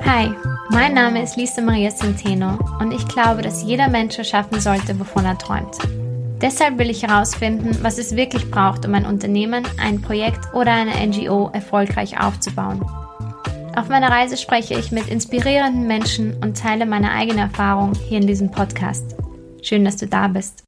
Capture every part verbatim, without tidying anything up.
Hi, mein Name ist Lisa Maria Centeno und ich glaube, dass jeder Mensch erschaffen sollte, wovon er träumt. Deshalb will ich herausfinden, was es wirklich braucht, um ein Unternehmen, ein Projekt oder eine N G O erfolgreich aufzubauen. Auf meiner Reise spreche ich mit inspirierenden Menschen und teile meine eigene Erfahrung hier in diesem Podcast. Schön, dass du da bist.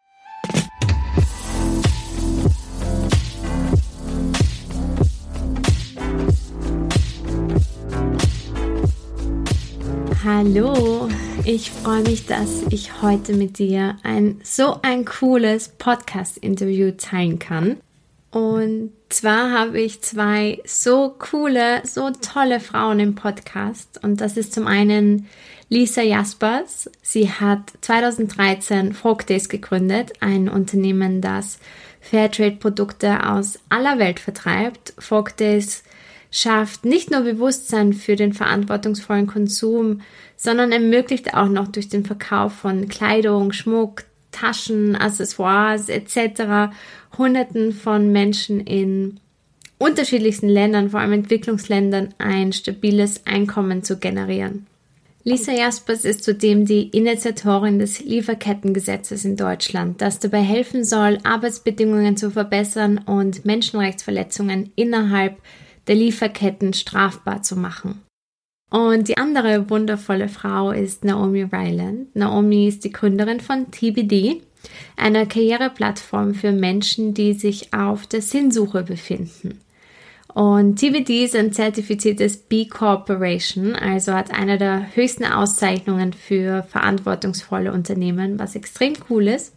Hallo, ich freue mich, dass ich heute mit dir ein so ein cooles Podcast-Interview teilen kann. Und zwar habe ich zwei so coole, so tolle Frauen im Podcast. Und das ist zum einen Lisa Jaspers. Sie hat zweitausenddreizehn Frog Days gegründet, ein Unternehmen, das Fairtrade-Produkte aus aller Welt vertreibt. Frog Days schafft nicht nur Bewusstsein für den verantwortungsvollen Konsum, sondern ermöglicht auch noch durch den Verkauf von Kleidung, Schmuck, Taschen, Accessoires et cetera Hunderten von Menschen in unterschiedlichsten Ländern, vor allem Entwicklungsländern, ein stabiles Einkommen zu generieren. Lisa Jaspers ist zudem die Initiatorin des Lieferkettengesetzes in Deutschland, das dabei helfen soll, Arbeitsbedingungen zu verbessern und Menschenrechtsverletzungen innerhalb der Lieferketten strafbar zu machen. Und die andere wundervolle Frau ist Naomi Ryland. Naomi ist die Gründerin von T B D, einer Karriereplattform für Menschen, die sich auf der Sinnsuche befinden. Und T B D ist ein zertifiziertes B Corporation, also hat eine der höchsten Auszeichnungen für verantwortungsvolle Unternehmen, was extrem cool ist.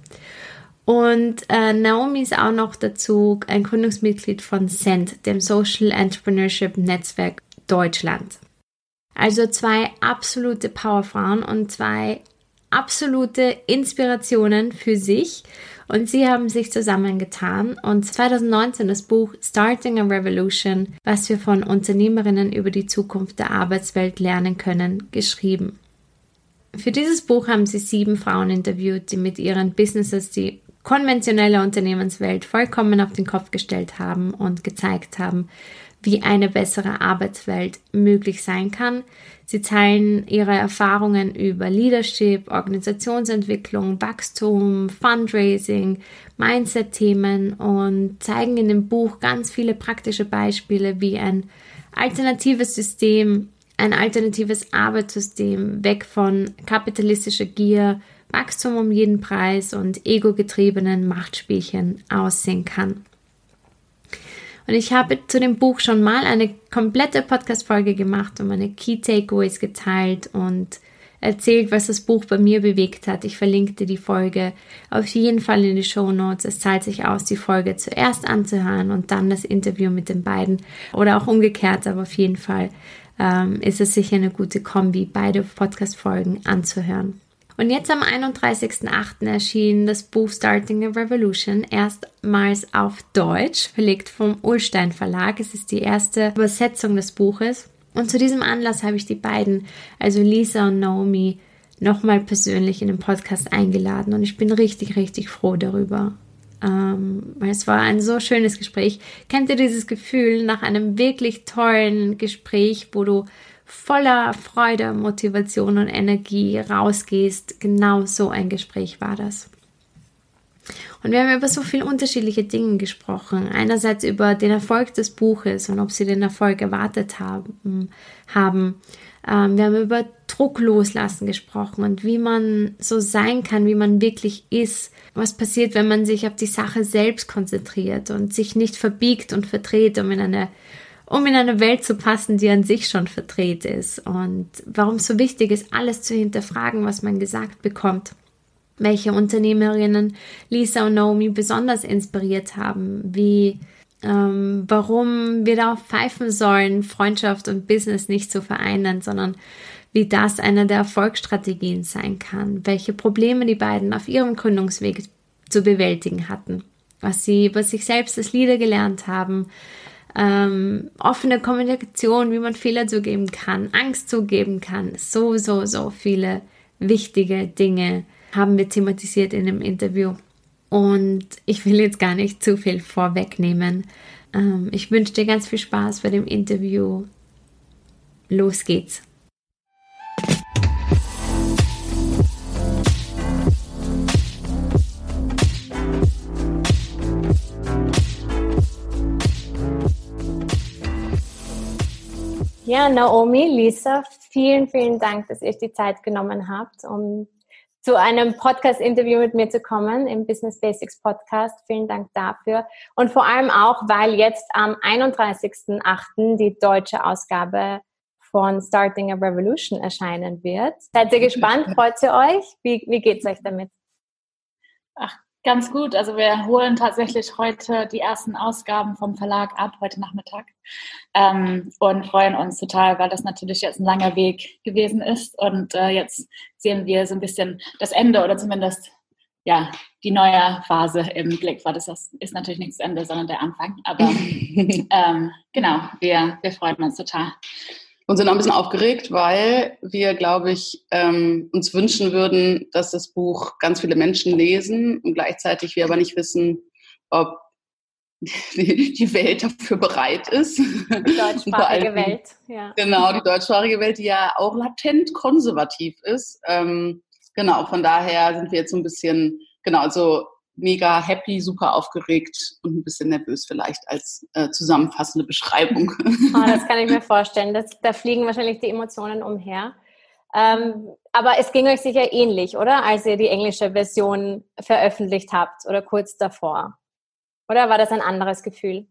Und äh, Naomi ist auch noch dazu ein Gründungsmitglied von S E N D, dem Social Entrepreneurship Netzwerk Deutschland. Also zwei absolute Powerfrauen und zwei absolute Inspirationen für sich. Und sie haben sich zusammengetan und zweitausendneunzehn das Buch Starting a Revolution, was wir von Unternehmerinnen über die Zukunft der Arbeitswelt lernen können, geschrieben. Für dieses Buch haben sie sieben Frauen interviewt, die mit ihren Businesses die konventionelle Unternehmenswelt vollkommen auf den Kopf gestellt haben und gezeigt haben, wie eine bessere Arbeitswelt möglich sein kann. Sie teilen ihre Erfahrungen über Leadership, Organisationsentwicklung, Wachstum, Fundraising, Mindset-Themen und zeigen in dem Buch ganz viele praktische Beispiele, wie ein alternatives System, ein alternatives Arbeitssystem weg von kapitalistischer Gier, Wachstum um jeden Preis und ego-getriebenen Machtspielchen aussehen kann. Und ich habe zu dem Buch schon mal eine komplette Podcast-Folge gemacht und meine Key Takeaways geteilt und erzählt, was das Buch bei mir bewegt hat. Ich verlinke dir die Folge auf jeden Fall in die Shownotes. Es zahlt sich aus, die Folge zuerst anzuhören und dann das Interview mit den beiden oder auch umgekehrt, aber auf jeden Fall ähm, ist es sicher eine gute Kombi, beide Podcast-Folgen anzuhören. Und jetzt am einunddreißigsten achten erschien das Buch Starting a Revolution erstmals auf Deutsch, verlegt vom Ullstein Verlag. Es ist die erste Übersetzung des Buches. Und zu diesem Anlass habe ich die beiden, also Lisa und Naomi, nochmal persönlich in den Podcast eingeladen. Und ich bin richtig, richtig froh darüber. Ähm, weil es war ein so schönes Gespräch. Kennt ihr dieses Gefühl nach einem wirklich tollen Gespräch, wo du voller Freude, Motivation und Energie rausgehst? Genau so ein Gespräch war das. Und wir haben über so viele unterschiedliche Dinge gesprochen. Einerseits über den Erfolg des Buches und ob sie den Erfolg erwartet haben. haben. Ähm, wir haben über Druck loslassen gesprochen und wie man so sein kann, wie man wirklich ist. Was passiert, wenn man sich auf die Sache selbst konzentriert und sich nicht verbiegt und verdreht, um in eine um in eine Welt zu passen, die an sich schon verdreht ist, und warum es so wichtig ist, alles zu hinterfragen, was man gesagt bekommt. Welche Unternehmerinnen Lisa und Naomi besonders inspiriert haben, wie, ähm, warum wir darauf pfeifen sollen, Freundschaft und Business nicht zu vereinen, sondern wie das eine der Erfolgsstrategien sein kann, welche Probleme die beiden auf ihrem Gründungsweg zu bewältigen hatten, was sie über sich selbst als Leader gelernt haben, Ähm, offene Kommunikation, wie man Fehler zugeben kann, Angst zugeben kann. So, so, so viele wichtige Dinge haben wir thematisiert in dem Interview. Und ich will jetzt gar nicht zu viel vorwegnehmen. Ähm, ich wünsche dir ganz viel Spaß bei dem Interview. Los geht's. Ja, Naomi, Lisa, vielen, vielen Dank, dass ihr euch die Zeit genommen habt, um zu einem Podcast-Interview mit mir zu kommen im Business Basics Podcast. Vielen Dank dafür. Und vor allem auch, weil jetzt am einunddreißigsten achten die deutsche Ausgabe von Starting a Revolution erscheinen wird. Seid ihr gespannt? Freut ihr euch? Wie, wie geht's euch damit? Ach, ganz gut. Also wir holen tatsächlich heute die ersten Ausgaben vom Verlag ab, heute Nachmittag. Ähm, und freuen uns total, weil das natürlich jetzt ein langer Weg gewesen ist. Und äh, jetzt sehen wir so ein bisschen das Ende oder zumindest ja die neue Phase im Blick. Weil das ist natürlich nicht das Ende, sondern der Anfang. Aber ähm, genau, wir, wir freuen uns total. Und sind auch ein bisschen aufgeregt, weil wir, glaube ich, ähm, uns wünschen würden, dass das Buch ganz viele Menschen lesen und gleichzeitig wir aber nicht wissen, ob die, die Welt dafür bereit ist. Die deutschsprachige allem, Welt, ja. Genau, die deutschsprachige Welt, die ja auch latent konservativ ist. Ähm, genau, von daher sind wir jetzt so ein bisschen, genau, also mega happy, super aufgeregt und ein bisschen nervös vielleicht als äh, zusammenfassende Beschreibung. Oh, das kann ich mir vorstellen. Das, da fliegen wahrscheinlich die Emotionen umher. Ähm, aber es ging euch sicher ähnlich, oder? Als ihr die englische Version veröffentlicht habt oder kurz davor. Oder war das ein anderes Gefühl?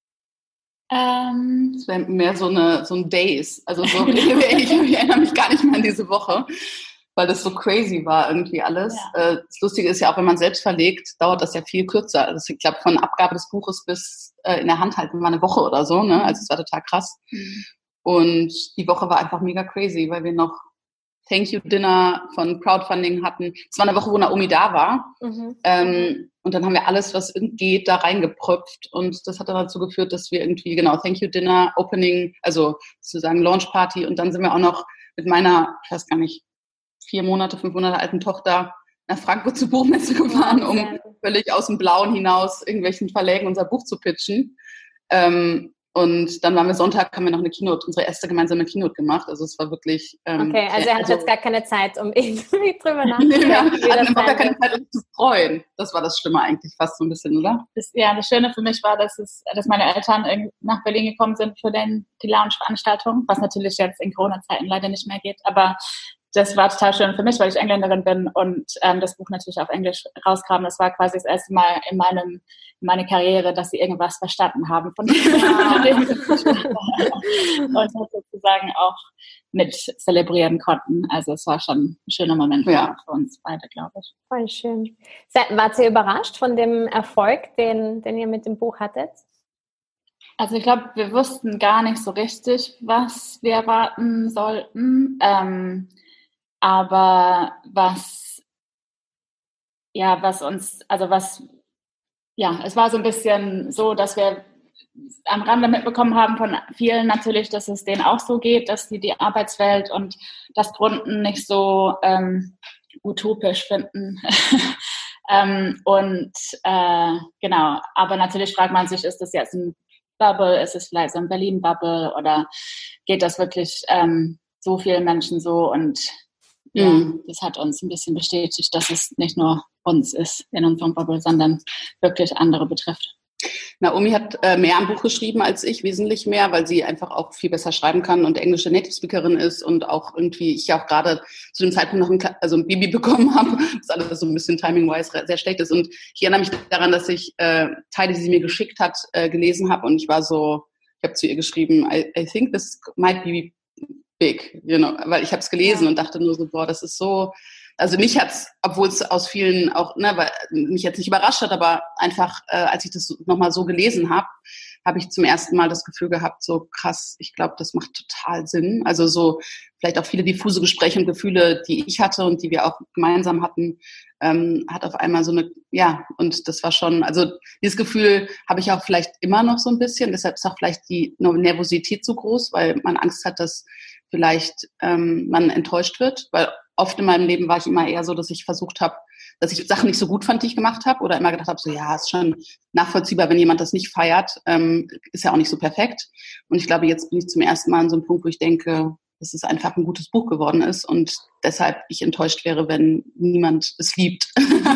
Ähm, es wäre mehr so, eine, so ein Days. Also so, ich, ich, ich erinnere mich gar nicht mehr an diese Woche, weil das so crazy war irgendwie alles. Ja. Äh, das Lustige ist ja auch, wenn man selbst verlegt, dauert das ja viel kürzer. Also ich glaube, von Abgabe des Buches bis äh, in der Hand halten war eine Woche oder so. Ne? Also es war total krass. Mhm. Und die Woche war einfach mega crazy, weil wir noch Thank You Dinner von Crowdfunding hatten. Es war eine Woche, wo Naomi da war. Mhm. Ähm, und dann haben wir alles, was geht, da reingepröpft. Und das hat dann dazu geführt, dass wir irgendwie, genau, Thank You Dinner, Opening, also sozusagen Launch Party. Und dann sind wir auch noch mit meiner, ich weiß gar nicht, vier Monate, fünf Monate alten Tochter nach Frankfurt zur Buchmesse gefahren, um ja. völlig aus dem Blauen hinaus irgendwelchen Verlägen unser Buch zu pitchen. Ähm, und dann waren wir Sonntag, haben wir noch eine Keynote, unsere erste gemeinsame Keynote gemacht. Also es war wirklich... Ähm, okay, also er hat also, jetzt gar keine Zeit, um irgendwie drüber nachzudenken. Nee, wir hatten überhaupt gar keine Zeit, uns zu freuen. Das war das Schlimme eigentlich fast so ein bisschen, oder? Das, ja, das Schöne für mich war, dass, es, dass meine Eltern nach Berlin gekommen sind für den, die Lounge-Veranstaltung, was natürlich jetzt in Corona-Zeiten leider nicht mehr geht. Aber das war total schön für mich, weil ich Engländerin bin und ähm, das Buch natürlich auf Englisch rauskam. Das war quasi das erste Mal in meinem in meiner Karriere, dass sie irgendwas verstanden haben von dem, und das sozusagen auch mit zelebrieren konnten. Also es war schon ein schöner Moment ja. für uns beide, glaube ich. Voll schön. Wart ihr überrascht von dem Erfolg, den, den ihr mit dem Buch hattet? Also ich glaube, wir wussten gar nicht so richtig, was wir erwarten sollten. Ähm, Aber was, ja, was uns, also was, ja, es war so ein bisschen so, dass wir am Rande mitbekommen haben von vielen natürlich, dass es denen auch so geht, dass sie die Arbeitswelt und das Gründen nicht so ähm, utopisch finden. ähm, und äh, genau, aber natürlich fragt man sich, ist das jetzt ein Bubble, ist es vielleicht so ein Berlin-Bubble oder geht das wirklich ähm, so vielen Menschen so? Und ja, mhm. das hat uns ein bisschen bestätigt, dass es nicht nur uns ist in unserem Bubble, sondern wirklich andere betrifft. Naomi hat äh, mehr am Buch geschrieben als ich, wesentlich mehr, weil sie einfach auch viel besser schreiben kann und englische Native-Speakerin ist und auch irgendwie, ich ja auch gerade zu dem Zeitpunkt noch ein, also ein Baby bekommen habe, was alles so ein bisschen timing-wise sehr schlecht ist. Und ich erinnere mich daran, dass ich äh, Teile, die sie mir geschickt hat, äh, gelesen habe und ich war so, ich habe zu ihr geschrieben, I, I think this might be big, you know, weil ich habe es gelesen ja. und dachte nur so, boah, das ist so, also mich hat's, obwohl es aus vielen auch, ne, weil mich jetzt nicht überrascht hat, aber einfach, äh, als ich das nochmal so gelesen habe, habe ich zum ersten Mal das Gefühl gehabt, so krass, ich glaube, das macht total Sinn. Also so vielleicht auch viele diffuse Gespräche und Gefühle, die ich hatte und die wir auch gemeinsam hatten, ähm, hat auf einmal so eine, ja, und das war schon, also dieses Gefühl habe ich auch vielleicht immer noch so ein bisschen, deshalb ist auch vielleicht die Nervosität so groß, weil man Angst hat, dass vielleicht ähm, man enttäuscht wird, weil oft in meinem Leben war ich immer eher so, dass ich versucht habe, dass ich Sachen nicht so gut fand, die ich gemacht habe oder immer gedacht habe, so ja, ist schon nachvollziehbar, wenn jemand das nicht feiert, ähm, ist ja auch nicht so perfekt. Und ich glaube, jetzt bin ich zum ersten Mal an so einem Punkt, wo ich denke, dass es einfach ein gutes Buch geworden ist und deshalb ich enttäuscht wäre, wenn niemand es liebt.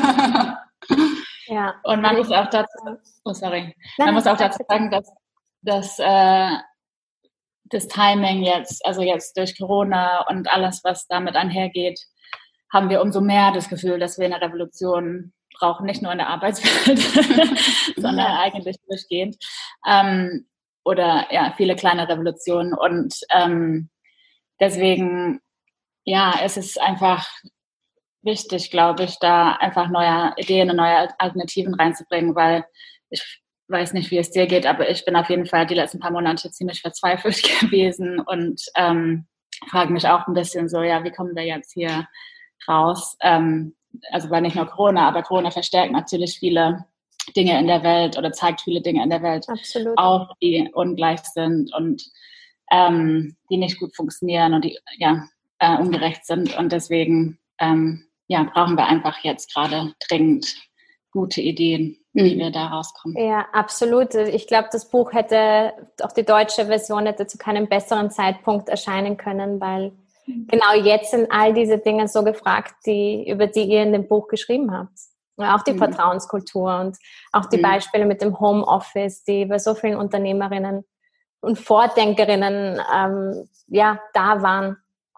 Ja. Und man muss auch dazu, oh sorry, man muss auch dazu sagen, dass, dass äh, das Timing jetzt, also jetzt durch Corona und alles, was damit einhergeht, haben wir umso mehr das Gefühl, dass wir eine Revolution brauchen, nicht nur in der Arbeitswelt, sondern ja. eigentlich durchgehend. Ähm, oder ja, viele kleine Revolutionen. Und ähm, deswegen, ja, es ist einfach wichtig, glaube ich, da einfach neue Ideen und neue Alternativen reinzubringen, weil ich weiß nicht, wie es dir geht, aber ich bin auf jeden Fall die letzten paar Monate ziemlich verzweifelt gewesen und ähm, frage mich auch ein bisschen so, ja, wie kommen wir jetzt hier raus? Ähm, also weil nicht nur Corona, aber Corona verstärkt natürlich viele Dinge in der Welt oder zeigt viele Dinge in der Welt Absolut. auf, die ungleich sind und ähm, die nicht gut funktionieren und die ja äh, ungerecht sind. Und deswegen ähm, ja, brauchen wir einfach jetzt gerade dringend gute Ideen, wie wir da rauskommen. Ja, absolut. Ich glaube, das Buch hätte, auch die deutsche Version hätte zu keinem besseren Zeitpunkt erscheinen können, weil genau jetzt sind all diese Dinge so gefragt, die, über die ihr in dem Buch geschrieben habt. Auch die mhm. Vertrauenskultur und auch die mhm. Beispiele mit dem Homeoffice, die bei so vielen Unternehmerinnen und Vordenkerinnen ähm, ja, da waren.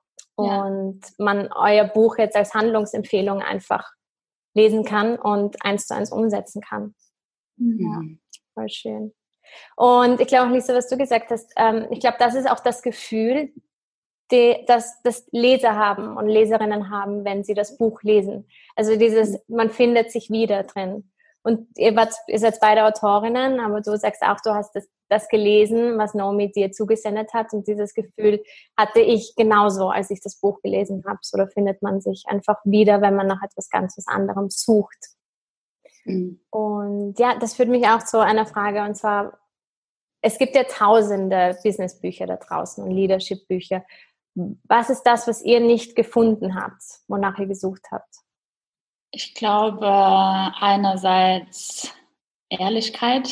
Und ja. man euer Buch jetzt als Handlungsempfehlung einfach lesen kann und eins zu eins umsetzen kann. Mhm. Ja, voll schön. Und ich glaube auch, Lisa, was du gesagt hast, ähm, ich glaube, das ist auch das Gefühl, die, das, das Leser haben und Leserinnen haben, wenn sie das Buch lesen. Also dieses, man findet sich wieder drin. Und ihr, wart, ihr seid beide Autorinnen, aber du sagst auch, du hast das, das gelesen, was Naomi dir zugesendet hat. Und dieses Gefühl hatte ich genauso, als ich das Buch gelesen habe. So, da findet man sich einfach wieder, wenn man nach etwas ganz was anderem sucht. Mhm. Und ja, das führt mich auch zu einer Frage. Und zwar, es gibt ja tausende Businessbücher da draußen und Leadership-Bücher. Was ist das, was ihr nicht gefunden habt, wonach ihr gesucht habt? Ich glaube, einerseits Ehrlichkeit.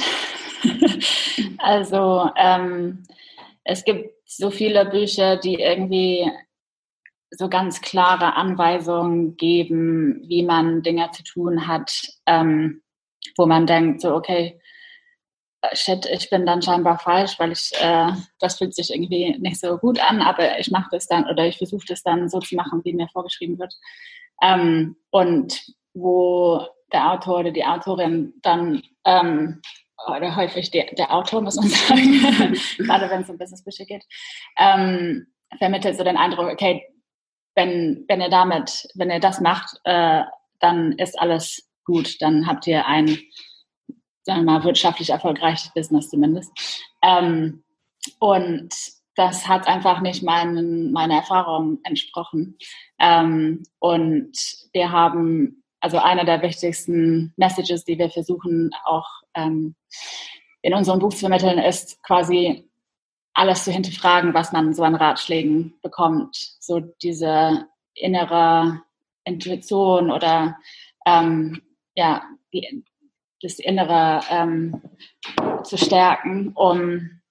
also ähm, es gibt so viele Bücher, die irgendwie so ganz klare Anweisungen geben, wie man Dinge zu tun hat, ähm, wo man denkt, so okay, shit, ich bin dann scheinbar falsch, weil ich, äh, das fühlt sich irgendwie nicht so gut an, aber ich mache das dann oder ich versuche das dann so zu machen, wie mir vorgeschrieben wird. Ähm, und wo der Autor oder die Autorin dann, ähm, oder häufig der, der Autor, muss man sagen, gerade wenn es um Businessbücher geht, ähm, vermittelt so den Eindruck, okay, wenn, wenn ihr damit, wenn ihr das macht, äh, dann ist alles gut, dann habt ihr ein, sagen wir mal, wirtschaftlich erfolgreiches Business zumindest. Ähm, und das hat einfach nicht meinen, meiner Erfahrung entsprochen. Ähm, und wir haben, also eine der wichtigsten Messages, die wir versuchen auch ähm, in unserem Buch zu vermitteln, ist quasi alles zu hinterfragen, was man so an Ratschlägen bekommt. So diese innere Intuition oder ähm, ja, die, das Innere ähm, zu stärken, um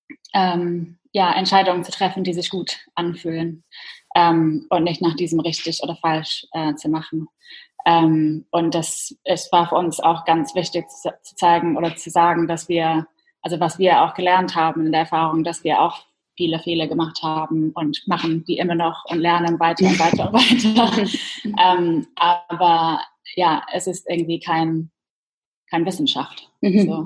ähm, ja, Entscheidungen zu treffen, die sich gut anfühlen ähm, und nicht nach diesem richtig oder falsch äh, zu machen. Ähm, und das es war für uns auch ganz wichtig zu, zu zeigen oder zu sagen, dass wir, also was wir auch gelernt haben in der Erfahrung, dass wir auch viele Fehler gemacht haben und machen die immer noch und lernen weiter und weiter und weiter. ähm, aber ja, es ist irgendwie kein keine Wissenschaft. Mhm. So.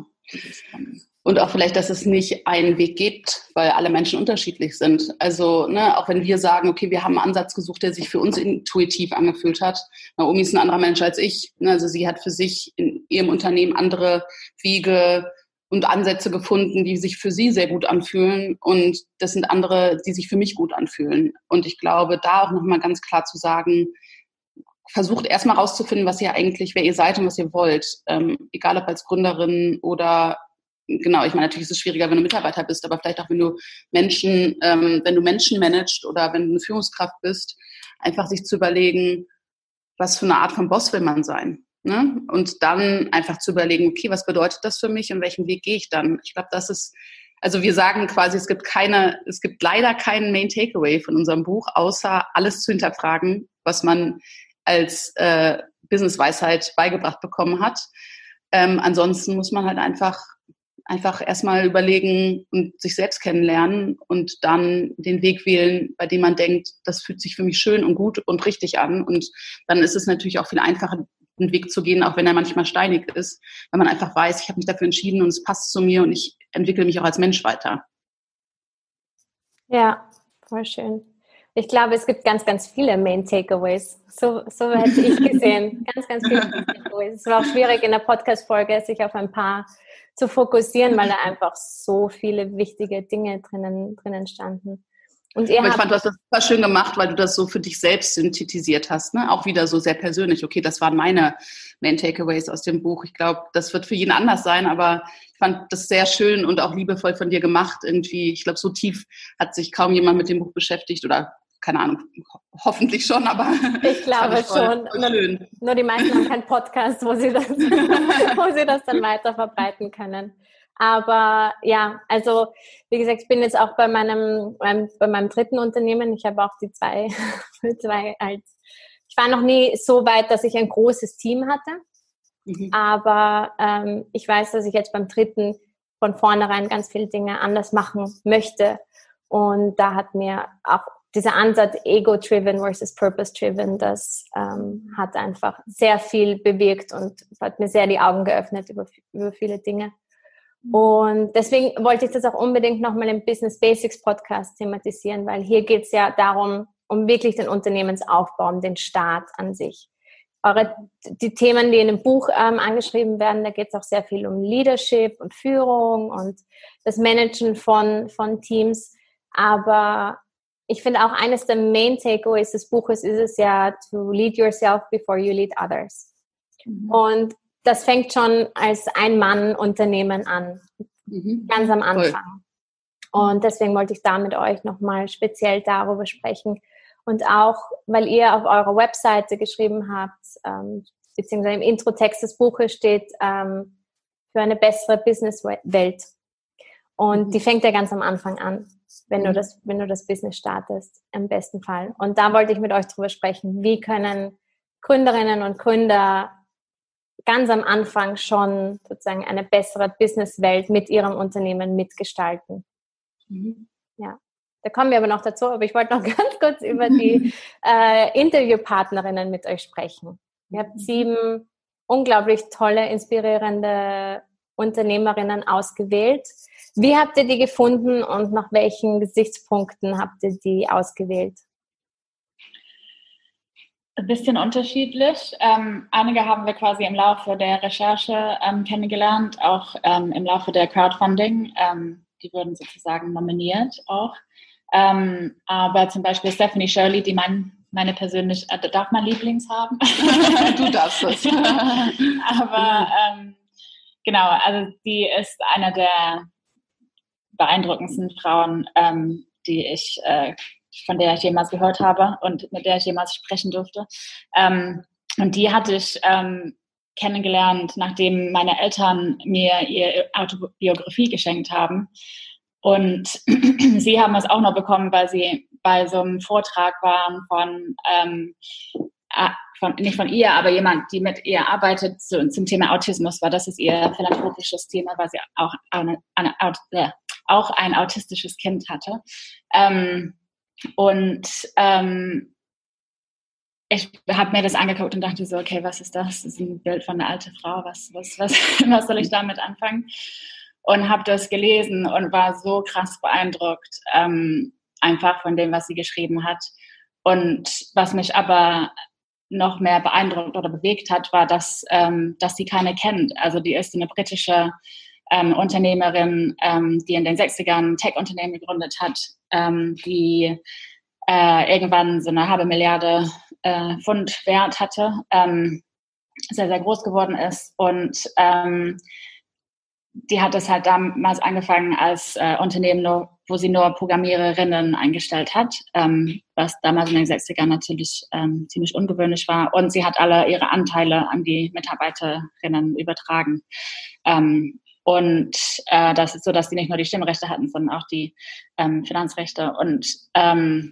Und auch vielleicht, dass es nicht einen Weg gibt, weil alle Menschen unterschiedlich sind. Also ne, auch wenn wir sagen, okay, wir haben einen Ansatz gesucht, der sich für uns intuitiv angefühlt hat. Naomi ist ein anderer Mensch als ich. Also sie hat für sich in ihrem Unternehmen andere Wege und Ansätze gefunden, die sich für sie sehr gut anfühlen. Und das sind andere, die sich für mich gut anfühlen. Und ich glaube, da auch nochmal ganz klar zu sagen, versucht erstmal rauszufinden, was ihr eigentlich, wer ihr seid und was ihr wollt. Ähm, egal ob als Gründerin oder, genau, ich meine, natürlich ist es schwieriger, wenn du Mitarbeiter bist, aber vielleicht auch, wenn du Menschen, ähm, wenn du Menschen managst oder wenn du eine Führungskraft bist, einfach sich zu überlegen, was für eine Art von Boss will man sein. Ne? Und dann einfach zu überlegen, okay, was bedeutet das für mich und welchen Weg gehe ich dann? Ich glaube, das ist, also wir sagen quasi, es gibt keine, es gibt leider keinen Main Takeaway von unserem Buch, außer alles zu hinterfragen, was man als äh, Business-Weisheit beigebracht bekommen hat. Ähm, ansonsten muss man halt einfach einfach erstmal überlegen und sich selbst kennenlernen und dann den Weg wählen, bei dem man denkt, das fühlt sich für mich schön und gut und richtig an. Und dann ist es natürlich auch viel einfacher, einen Weg zu gehen, auch wenn er manchmal steinig ist, weil man einfach weiß, ich habe mich dafür entschieden und es passt zu mir und ich entwickle mich auch als Mensch weiter. Ja, voll schön. Ich glaube, es gibt ganz, ganz viele Main Takeaways. So, so hätte ich gesehen. Ganz, ganz viele Takeaways. Es war auch schwierig in der Podcast-Folge, sich auf ein paar zu fokussieren, weil da einfach so viele wichtige Dinge drinnen, drinnen standen. Und ihr Aber ich habt, fand, du hast das super schön gemacht, weil du das so für dich selbst synthetisiert hast, ne? Auch wieder so sehr persönlich. Okay, das waren meine Main Takeaways aus dem Buch. Ich glaube, das wird für jeden anders sein, aber ich fand das sehr schön und auch liebevoll von dir gemacht. Irgendwie, ich glaube, so tief hat sich kaum jemand mit dem Buch beschäftigt oder keine Ahnung, hoffentlich schon, aber ich glaube voll, schon. Voll schön. Nur, nur die meisten haben keinen Podcast, wo sie das, wo sie das dann weiter verbreiten können. Aber ja, also wie gesagt, ich bin jetzt auch bei meinem, meinem bei meinem dritten Unternehmen. Ich habe auch die zwei, zwei als. Ich war noch nie so weit, dass ich ein großes Team hatte. Mhm. Aber ähm, ich weiß, dass ich jetzt beim dritten von vornherein ganz viele Dinge anders machen möchte. Und da hat mir auch dieser Ansatz Ego-driven versus Purpose-driven, das ähm, hat einfach sehr viel bewirkt und hat mir sehr die Augen geöffnet über, über viele Dinge. Und deswegen wollte ich das auch unbedingt nochmal im Business Basics Podcast thematisieren, weil hier geht es ja darum, um wirklich den Unternehmensaufbau, um den Start an sich. Eure, die Themen, die in dem Buch ähm, angeschrieben werden, da geht es auch sehr viel um Leadership und Führung und das Managen von, von Teams. Aber ich finde auch eines der Main Takeaways des Buches ist es ja, to lead yourself before you lead others. Mhm. Und das fängt schon als Ein-Mann-Unternehmen an, mhm. ganz am Anfang. Voll. Und deswegen wollte ich da mit euch nochmal speziell darüber sprechen. Und auch, weil ihr auf eurer Webseite geschrieben habt, ähm, beziehungsweise im Introtext des Buches steht, ähm, für eine bessere Businesswelt. Und mhm. die fängt ja ganz am Anfang an, wenn, mhm. du das, wenn du das Business startest, im besten Fall. Und da wollte ich mit euch drüber sprechen, wie können Gründerinnen und Gründer ganz am Anfang schon sozusagen eine bessere Businesswelt mit ihrem Unternehmen mitgestalten. Mhm. Ja, da kommen wir aber noch dazu, aber ich wollte noch ganz kurz über die äh, Interviewpartnerinnen mit euch sprechen. Ihr habt sieben unglaublich tolle, inspirierende Unternehmerinnen ausgewählt. Wie habt ihr die gefunden und nach welchen Gesichtspunkten habt ihr die ausgewählt? Ein bisschen unterschiedlich. Ähm, einige haben wir quasi im Laufe der Recherche ähm, kennengelernt, auch ähm, im Laufe der Crowdfunding. Ähm, die wurden sozusagen nominiert auch. Ähm, aber zum Beispiel Stephanie Shirley, die mein, meine persönlich, äh, darf man Lieblings haben? Du darfst es. Aber ähm, genau, also die ist eine der beeindruckendsten Frauen, ähm, die ich äh, von der ich jemals gehört habe und mit der ich jemals sprechen durfte. Ähm, und die hatte ich ähm, kennengelernt, nachdem meine Eltern mir ihre Autobiografie geschenkt haben. Und sie haben es auch noch bekommen, weil sie bei so einem Vortrag waren von, ähm, von nicht von ihr, aber jemand, die mit ihr arbeitet so, zum Thema Autismus, weil das ist ihr philanthropisches Thema, weil sie auch, eine, eine, äh, auch ein autistisches Kind hatte. Ähm, Und ähm, ich habe mir das angeguckt und dachte so, okay, was ist das? Das ist ein Bild von einer alten Frau, was, was, was, was soll ich damit anfangen? Und habe das gelesen und war so krass beeindruckt, ähm, einfach von dem, was sie geschrieben hat. Und was mich aber noch mehr beeindruckt oder bewegt hat, war, dass, ähm, dass sie keine kennt. Also die ist eine britische Ähm, Unternehmerin, ähm, die in den sechzigern ein Tech-Unternehmen gegründet hat, ähm, die äh, irgendwann so eine halbe Milliarde äh, Pfund Wert hatte, ähm, sehr, sehr groß geworden ist. Und ähm, die hat das halt damals angefangen als äh, Unternehmen, nur, wo sie nur Programmiererinnen eingestellt hat, ähm, was damals in den sechzigern natürlich ähm, ziemlich ungewöhnlich war. Und sie hat alle ihre Anteile an die Mitarbeiterinnen übertragen. Ähm, Und äh, das ist so, dass die nicht nur die Stimmrechte hatten, sondern auch die ähm, Finanzrechte. Und ähm,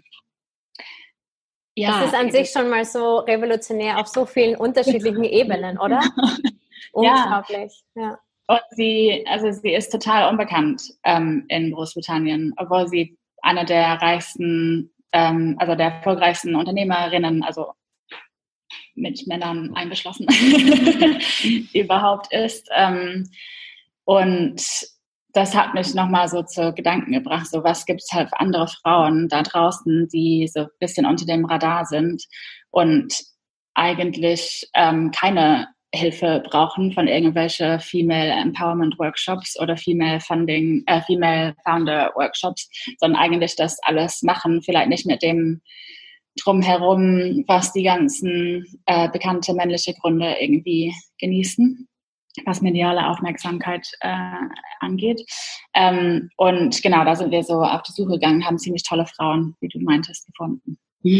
ja. Das ist an sich schon mal so revolutionär auf so vielen unterschiedlichen Ebenen, oder? Unglaublich, ja. Und sie, also sie ist total unbekannt ähm, in Großbritannien, obwohl sie eine der reichsten, ähm, also der erfolgreichsten Unternehmerinnen, also mit Männern eingeschlossen, überhaupt ist. Ähm, und das hat mich nochmal so zu Gedanken gebracht, so was gibt es halt für andere Frauen da draußen, die so ein bisschen unter dem Radar sind und eigentlich ähm, keine Hilfe brauchen von irgendwelche Female Empowerment Workshops oder Female Funding, äh, Female Founder Workshops, sondern eigentlich das alles machen, vielleicht nicht mit dem Drumherum, was die ganzen äh, bekannte männliche Gründe irgendwie genießen, was mediale Aufmerksamkeit äh, angeht. Ähm, und genau, da sind wir so auf die Suche gegangen, haben ziemlich tolle Frauen, wie du meintest, gefunden.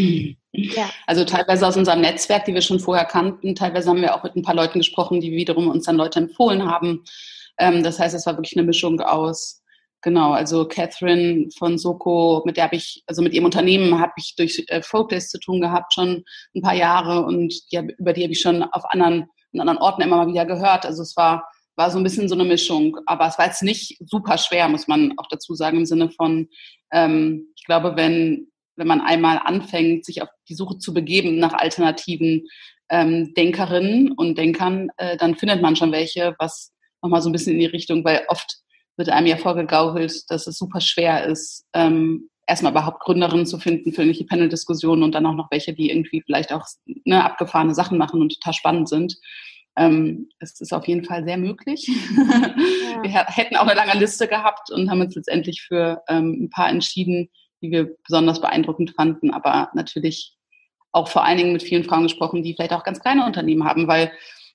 Ja. Also teilweise aus unserem Netzwerk, die wir schon vorher kannten, teilweise haben wir auch mit ein paar Leuten gesprochen, die wiederum uns dann Leute empfohlen haben. Ähm, das heißt, es war wirklich eine Mischung aus, genau, also Catherine von Soko, mit der habe ich, also mit ihrem Unternehmen habe ich durch äh, Folkdays zu tun gehabt, schon ein paar Jahre und die, über die habe ich schon auf anderen, an anderen Orten immer mal wieder gehört. Also es war, war so ein bisschen so eine Mischung, aber es war jetzt nicht super schwer, muss man auch dazu sagen, im Sinne von, ähm, ich glaube, wenn wenn man einmal anfängt, sich auf die Suche zu begeben nach alternativen ähm, Denkerinnen und Denkern, äh, dann findet man schon welche, was nochmal so ein bisschen in die Richtung, weil oft wird einem ja vorgegaukelt, dass es super schwer ist, ähm, erstmal überhaupt Gründerinnen zu finden für irgendwelche Panel-Diskussionen und dann auch noch welche, die irgendwie vielleicht auch ne, abgefahrene Sachen machen und total spannend sind. Ähm, es ist auf jeden Fall sehr möglich. Ja. Wir hätten auch eine lange Liste gehabt und haben uns letztendlich für ähm, ein paar entschieden, die wir besonders beeindruckend fanden, aber natürlich auch vor allen Dingen mit vielen Frauen gesprochen, die vielleicht auch ganz kleine Unternehmen haben, weil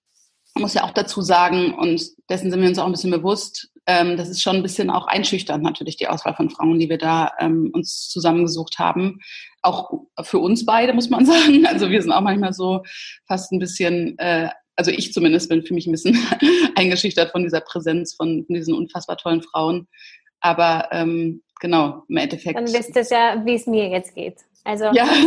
man muss ja auch dazu sagen, und dessen sind wir uns auch ein bisschen bewusst, ähm, das ist schon ein bisschen auch einschüchternd natürlich, die Auswahl von Frauen, die wir da ähm, uns zusammengesucht haben. Auch für uns beide, muss man sagen. Also wir sind auch manchmal so fast ein bisschen, äh, also ich zumindest bin für mich ein bisschen eingeschüchtert von dieser Präsenz von, von diesen unfassbar tollen Frauen. Aber ähm, genau, im Endeffekt. Dann wisst ihr ja, wie es mir jetzt geht. Also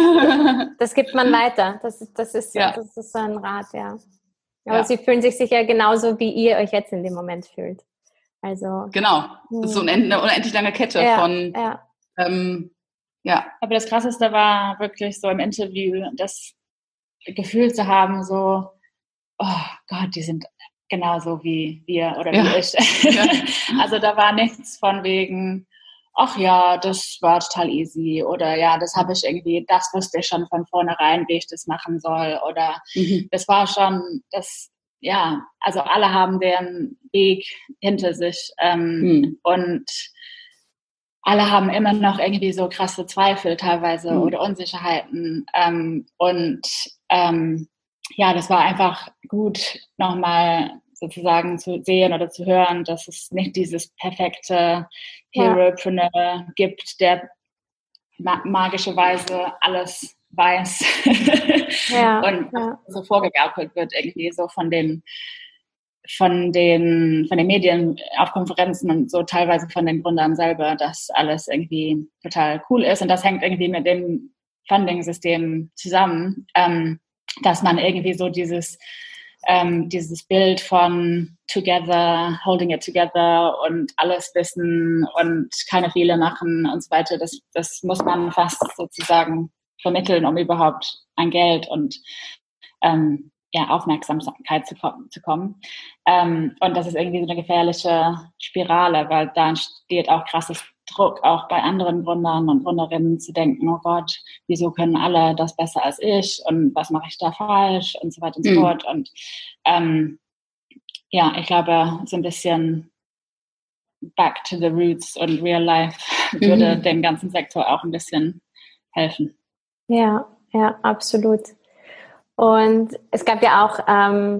ja. das gibt man weiter. Das ist, das ist, ja. das ist so ein Rat, ja. Aber ja. Sie fühlen sich sicher genauso, wie ihr euch jetzt in dem Moment fühlt. Also genau, das ist so eine unendlich lange Kette ja, von ja. Ähm, ja. Aber das Krasseste war wirklich so im Interview, das Gefühl zu haben, so, oh Gott, die sind genauso wie wir oder ja. wie ich. Ja. Also da war nichts von wegen, ach ja, das war total easy oder ja, das habe ich irgendwie, das wusste ich schon von vornherein, wie ich das machen soll oder mhm. das war schon, das, ja, also alle haben deren Weg hinter sich ähm, mhm. und alle haben immer noch irgendwie so krasse Zweifel teilweise mhm. oder Unsicherheiten ähm, und ähm, ja, das war einfach gut, nochmal sozusagen zu sehen oder zu hören, dass es nicht dieses perfekte Heropreneur ja. gibt, der ma- magischerweise alles weiß ja, und ja. so vorgegaukelt wird irgendwie so von den von den von den Medien auf Konferenzen und so teilweise von den Gründern selber, dass alles irgendwie total cool ist und das hängt irgendwie mit dem Funding-System zusammen, ähm, dass man irgendwie so dieses ähm, dieses Bild von together, holding it together und alles wissen und keine Fehler machen und so weiter, das, das muss man fast sozusagen vermitteln, um überhaupt an Geld und ähm, ja, Aufmerksamkeit zu, zu kommen. Ähm, und das ist irgendwie so eine gefährliche Spirale, weil da entsteht auch krasses Druck, auch bei anderen Gründern und Gründerinnen zu denken, oh Gott, wieso können alle das besser als ich und was mache ich da falsch und so weiter und so fort. Mhm. Und ähm, ja, ich glaube, so ein bisschen back to the roots und real life würde mhm. dem ganzen Sektor auch ein bisschen helfen. Ja, ja, absolut. Und es gab ja auch, ähm,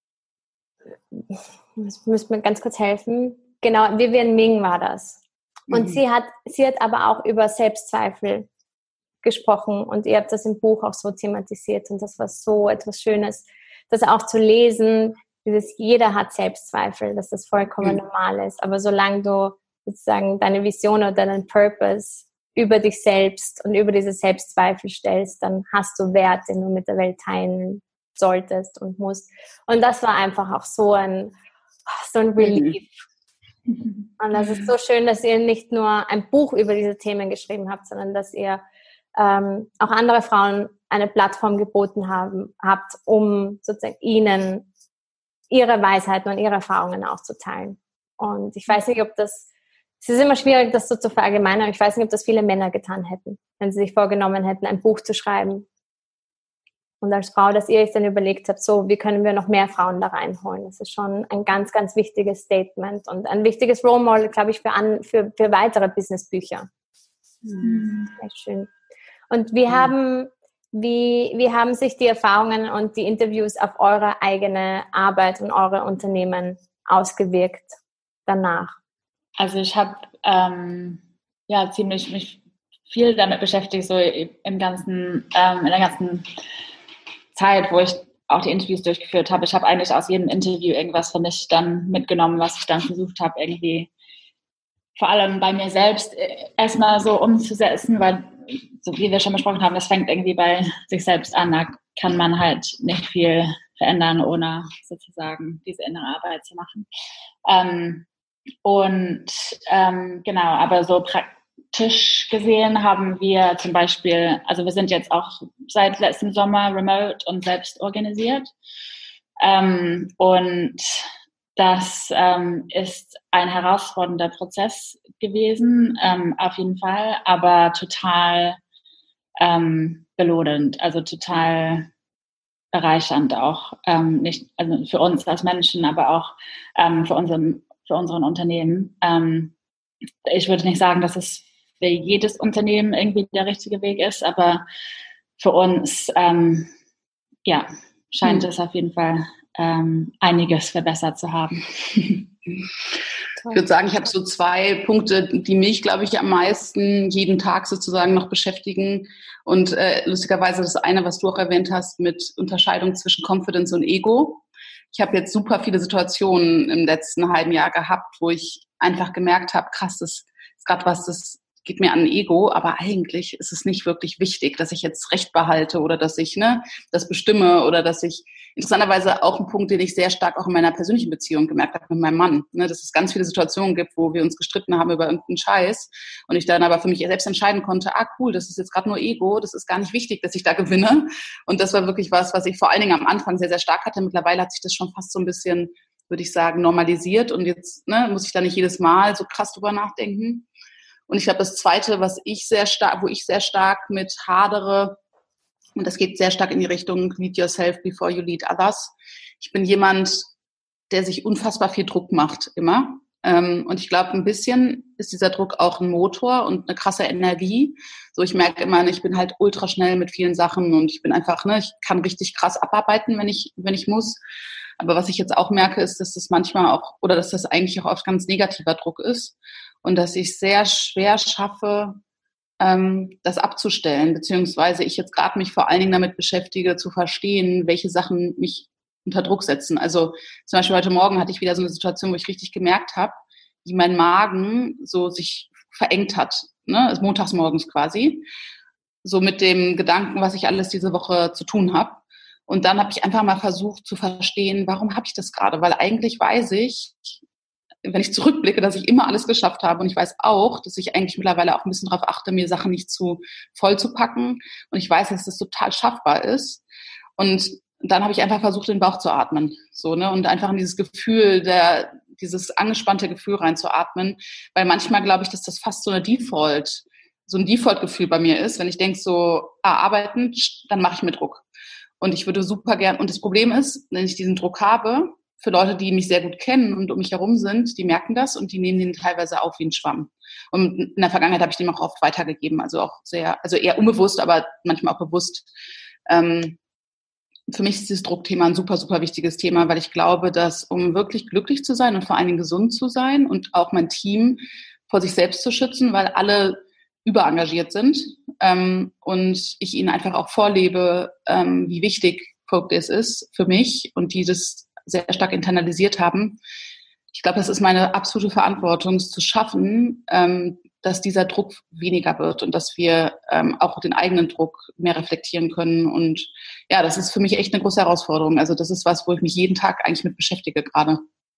das müssen wir ganz kurz helfen, genau, Vivian Ming war das. Und mhm. sie hat, sie hat aber auch über Selbstzweifel gesprochen und ihr habt das im Buch auch so thematisiert und das war so etwas Schönes, das auch zu lesen, dieses jeder hat Selbstzweifel, dass das vollkommen mhm. normal ist, aber solange du sozusagen deine Vision oder deinen Purpose über dich selbst und über diese Selbstzweifel stellst, dann hast du Wert, den du mit der Welt teilen solltest und musst. Und das war einfach auch so ein, so ein Relief. Mhm. Und das ist so schön, dass ihr nicht nur ein Buch über diese Themen geschrieben habt, sondern dass ihr ähm, auch andere Frauen eine Plattform geboten haben, habt, um sozusagen ihnen ihre Weisheiten und ihre Erfahrungen auszuteilen. Und ich weiß nicht, ob das, es ist immer schwierig, das so zu verallgemeinern, aber ich weiß nicht, ob das viele Männer getan hätten, wenn sie sich vorgenommen hätten, ein Buch zu schreiben. Und als Frau, dass ihr euch dann überlegt habt, so, wie können wir noch mehr Frauen da reinholen? Das ist schon ein ganz, ganz wichtiges Statement und ein wichtiges Role Model, glaube ich, für, an, für, für weitere Businessbücher. Mhm. Sehr schön. Und wie, mhm. haben, wie, wie haben sich die Erfahrungen und die Interviews auf eure eigene Arbeit und eure Unternehmen ausgewirkt danach? Also ich habe ähm, ja ziemlich mich viel damit beschäftigt, so im ganzen, ähm, in der ganzen Zeit, wo ich auch die Interviews durchgeführt habe. Ich habe eigentlich aus jedem Interview irgendwas für mich dann mitgenommen, was ich dann versucht habe, irgendwie vor allem bei mir selbst erstmal so umzusetzen, weil, so wie wir schon besprochen haben, das fängt irgendwie bei sich selbst an. Da kann man halt nicht viel verändern, ohne sozusagen diese innere Arbeit zu machen. Ähm, und ähm, genau, aber so praktisch Tisch gesehen haben wir zum Beispiel, also wir sind jetzt auch seit letztem Sommer remote und selbst organisiert. Ähm, und das ähm, ist ein herausfordernder Prozess gewesen, ähm, auf jeden Fall, aber total ähm, belohnend, also total bereichernd auch, ähm, nicht also für uns als Menschen, aber auch ähm, für, unseren, für unseren Unternehmen. Ähm, ich würde nicht sagen, dass es für jedes Unternehmen irgendwie der richtige Weg ist, aber für uns, ähm, ja, scheint hm. es auf jeden Fall ähm, einiges verbessert zu haben. Ich würde sagen, ich habe so zwei Punkte, die mich, glaube ich, am meisten jeden Tag sozusagen noch beschäftigen. Und äh, lustigerweise das eine, was du auch erwähnt hast, mit Unterscheidung zwischen Confidence und Ego. Ich habe jetzt super viele Situationen im letzten halben Jahr gehabt, wo ich einfach gemerkt habe, krass, das ist gerade was, das geht mir an ein Ego, aber eigentlich ist es nicht wirklich wichtig, dass ich jetzt Recht behalte oder dass ich ne, das bestimme oder dass ich, interessanterweise auch ein Punkt, den ich sehr stark auch in meiner persönlichen Beziehung gemerkt habe mit meinem Mann, ne, dass es ganz viele Situationen gibt, wo wir uns gestritten haben über irgendeinen Scheiß und ich dann aber für mich selbst entscheiden konnte, ah cool, das ist jetzt gerade nur Ego, das ist gar nicht wichtig, dass ich da gewinne und das war wirklich was, was ich vor allen Dingen am Anfang sehr, sehr stark hatte. Mittlerweile hat sich das schon fast so ein bisschen, würde ich sagen, normalisiert und jetzt ne, muss ich da nicht jedes Mal so krass drüber nachdenken. Und ich glaube, das Zweite, was ich sehr stark, wo ich sehr stark mit hadere, und das geht sehr stark in die Richtung Lead yourself before you lead others. Ich bin jemand, der sich unfassbar viel Druck macht, immer. Und ich glaube, ein bisschen ist dieser Druck auch ein Motor und eine krasse Energie. So, ich merke immer, ich bin halt ultra schnell mit vielen Sachen und ich bin einfach, ne, ich kann richtig krass abarbeiten, wenn ich, wenn ich muss. Aber was ich jetzt auch merke, ist, dass das manchmal auch, oder dass das eigentlich auch oft ganz negativer Druck ist. Und dass ich sehr schwer schaffe, ähm, das abzustellen, beziehungsweise ich jetzt gerade mich vor allen Dingen damit beschäftige, zu verstehen, welche Sachen mich unter Druck setzen. Also zum Beispiel heute Morgen hatte ich wieder so eine Situation, wo ich richtig gemerkt habe, wie mein Magen so sich verengt hat, ne? Also montags morgens quasi, so mit dem Gedanken, was ich alles diese Woche zu tun habe. Und dann habe ich einfach mal versucht zu verstehen, warum habe ich das gerade? Weil eigentlich weiß ich, wenn ich zurückblicke, dass ich immer alles geschafft habe. Und ich weiß auch, dass ich eigentlich mittlerweile auch ein bisschen darauf achte, mir Sachen nicht zu voll zu packen. Und ich weiß, dass das total schaffbar ist. Und dann habe ich einfach versucht, den Bauch zu atmen. So, ne? Und einfach in dieses Gefühl, der, dieses angespannte Gefühl reinzuatmen. Weil manchmal glaube ich, dass das fast so eine Default, so ein Default-Gefühl bei mir ist. Wenn ich denke so, ah, arbeiten, dann mache ich mir Druck. Und ich würde super gern, und das Problem ist, wenn ich diesen Druck habe, für Leute, die mich sehr gut kennen und um mich herum sind, die merken das und die nehmen den teilweise auf wie ein Schwamm. Und in der Vergangenheit habe ich den auch oft weitergegeben, also auch sehr, also eher unbewusst, aber manchmal auch bewusst. Ähm, für mich ist dieses Druckthema ein super, super wichtiges Thema, weil ich glaube, dass um wirklich glücklich zu sein und vor allen Dingen gesund zu sein und auch mein Team vor sich selbst zu schützen, weil alle überengagiert sind ähm, und ich ihnen einfach auch vorlebe, ähm, wie wichtig Focus ist für mich und die das sehr stark internalisiert haben. Ich glaube, das ist meine absolute Verantwortung, es zu schaffen, ähm, dass dieser Druck weniger wird und dass wir ähm, auch den eigenen Druck mehr reflektieren können. Und ja, das ist für mich echt eine große Herausforderung. Also das ist was, wo ich mich jeden Tag eigentlich mit beschäftige gerade.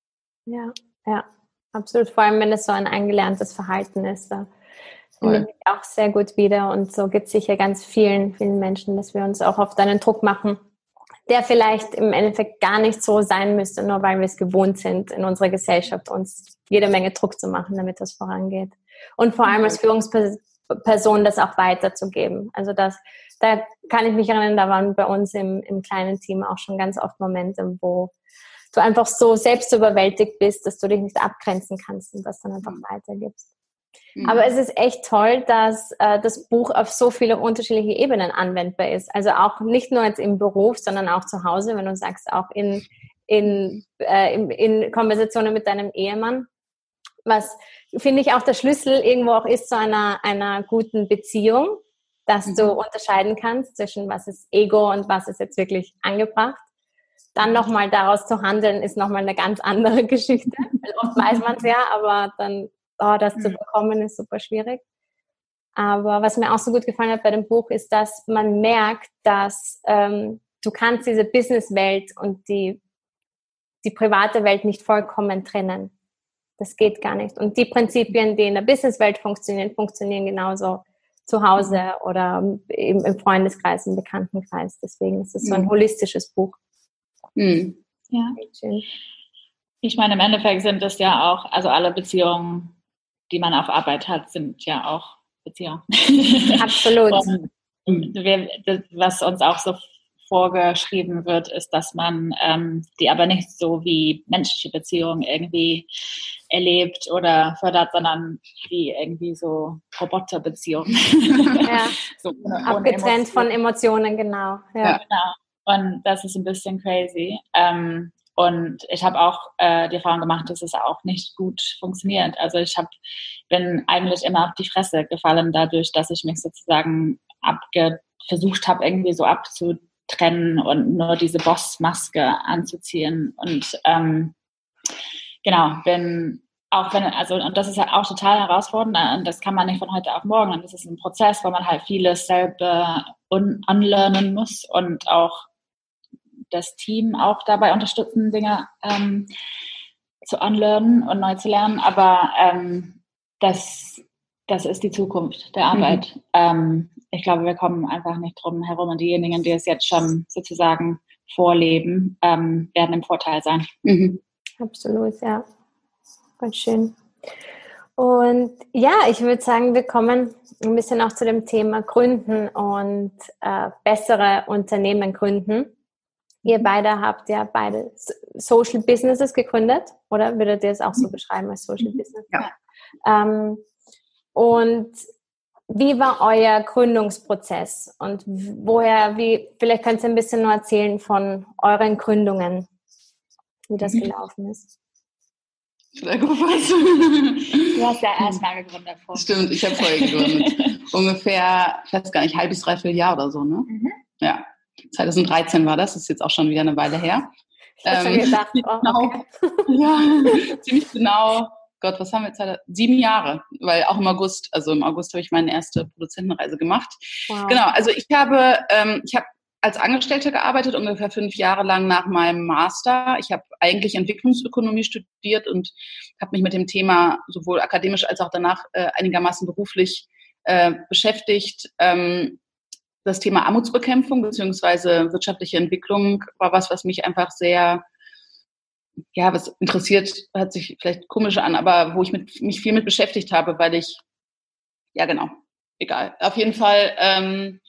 Ja, ja, absolut. Vor allem, wenn es so ein eingelerntes Verhalten ist, da finde ich mich auch sehr gut wieder. Und so gibt es sicher ganz vielen, vielen Menschen, dass wir uns auch oft einen Druck machen, der vielleicht im Endeffekt gar nicht so sein müsste, nur weil wir es gewohnt sind, in unserer Gesellschaft uns jede Menge Druck zu machen, damit das vorangeht. Und vor allem als Führungsperson das auch weiterzugeben. Also das, da kann ich mich erinnern, da waren bei uns im, im kleinen Team auch schon ganz oft Momente, wo du einfach so selbst überwältigt bist, dass du dich nicht abgrenzen kannst und das dann einfach weitergibst. Mhm. Aber es ist echt toll, dass äh, das Buch auf so viele unterschiedliche Ebenen anwendbar ist. Also auch nicht nur jetzt im Beruf, sondern auch zu Hause, wenn du sagst, auch in, in, äh, in, in Konversationen mit deinem Ehemann. Was, finde ich, auch der Schlüssel irgendwo auch ist zu einer, einer guten Beziehung, dass mhm. du unterscheiden kannst zwischen was ist Ego und was ist jetzt wirklich angebracht. Dann nochmal daraus zu handeln, ist nochmal eine ganz andere Geschichte. Weil oft weiß man es ja, aber dann oh, das mhm. zu bekommen, ist super schwierig. Aber was mir auch so gut gefallen hat bei dem Buch, ist, dass man merkt, dass ähm, du kannst diese Businesswelt und die, die private Welt nicht vollkommen trennen. Das geht gar nicht. Und die Prinzipien, die in der Businesswelt funktionieren, funktionieren genauso zu Hause oder im, im Freundeskreis, im Bekanntenkreis. Deswegen ist es so ein holistisches Buch. Mhm. Ja. Ich meine, im Endeffekt sind es ja auch, also alle Beziehungen, die man auf Arbeit hat, sind ja auch Beziehungen. Absolut. Und wir, was uns auch so vorgeschrieben wird, ist, dass man ähm, die aber nicht so wie menschliche Beziehungen irgendwie erlebt oder fördert, sondern wie irgendwie so Roboterbeziehungen. Ja. So ohne, abgetrennt ohne von Emotionen, genau. Ja. Ja, genau. Und das ist ein bisschen crazy. Ähm, und ich habe auch äh, die Erfahrung gemacht, dass es auch nicht gut funktioniert. Also ich hab, bin eigentlich immer auf die Fresse gefallen dadurch, dass ich mich sozusagen abge versucht habe, irgendwie so abzutrennen und nur diese Boss-Maske anzuziehen. Und ähm, genau, bin auch wenn, also, und das ist ja auch total herausfordernd, und das kann man nicht von heute auf morgen, und das ist ein Prozess, wo man halt vieles selber un- unlernen muss und auch das Team auch dabei unterstützen, Dinge ähm, zu unlernen und neu zu lernen, aber ähm, das, das ist die Zukunft der Arbeit. Mhm. Ähm, ich glaube, wir kommen einfach nicht drum herum, und diejenigen, die es jetzt schon sozusagen vorleben, ähm, werden im Vorteil sein. Mhm. Absolut, ja. Ganz schön. Und ja, ich würde sagen, wir kommen ein bisschen auch zu dem Thema Gründen und äh, bessere Unternehmen gründen. Ihr beide habt ja beide Social Businesses gegründet, oder würdet ihr es auch so beschreiben als Social Business? Ja. Ähm, und wie war euer Gründungsprozess? Und woher, wie, vielleicht könnt ihr ein bisschen nur erzählen von euren Gründungen, wie das gelaufen ist. Vielleicht was? Du hast ja erstmal gegründet. Vor. Stimmt, ich habe vorher gegründet. Ungefähr, ich weiß gar nicht, halbes, dreiviertel Jahr oder so, ne? Mhm. Ja, zwanzig dreizehn war das, das ist jetzt auch schon wieder eine Weile her. Ich habe ähm, schon gedacht, oh, genau, okay. Ja, ziemlich genau. Gott, was haben wir jetzt? Sieben Jahre, weil auch im August, also im August habe ich meine erste Produzentenreise gemacht. Wow. Genau, also ich habe, ähm, ich habe als Angestellte gearbeitet, ungefähr fünf Jahre lang nach meinem Master. Ich habe eigentlich Entwicklungsökonomie studiert und habe mich mit dem Thema sowohl akademisch als auch danach äh, einigermaßen beruflich äh, beschäftigt. Ähm, das Thema Armutsbekämpfung bzw. wirtschaftliche Entwicklung war was, was mich einfach sehr, ja, was interessiert, hört sich vielleicht komisch an, aber wo ich mit, mich viel mit beschäftigt habe, weil ich, ja genau, egal. Auf jeden Fall ähm,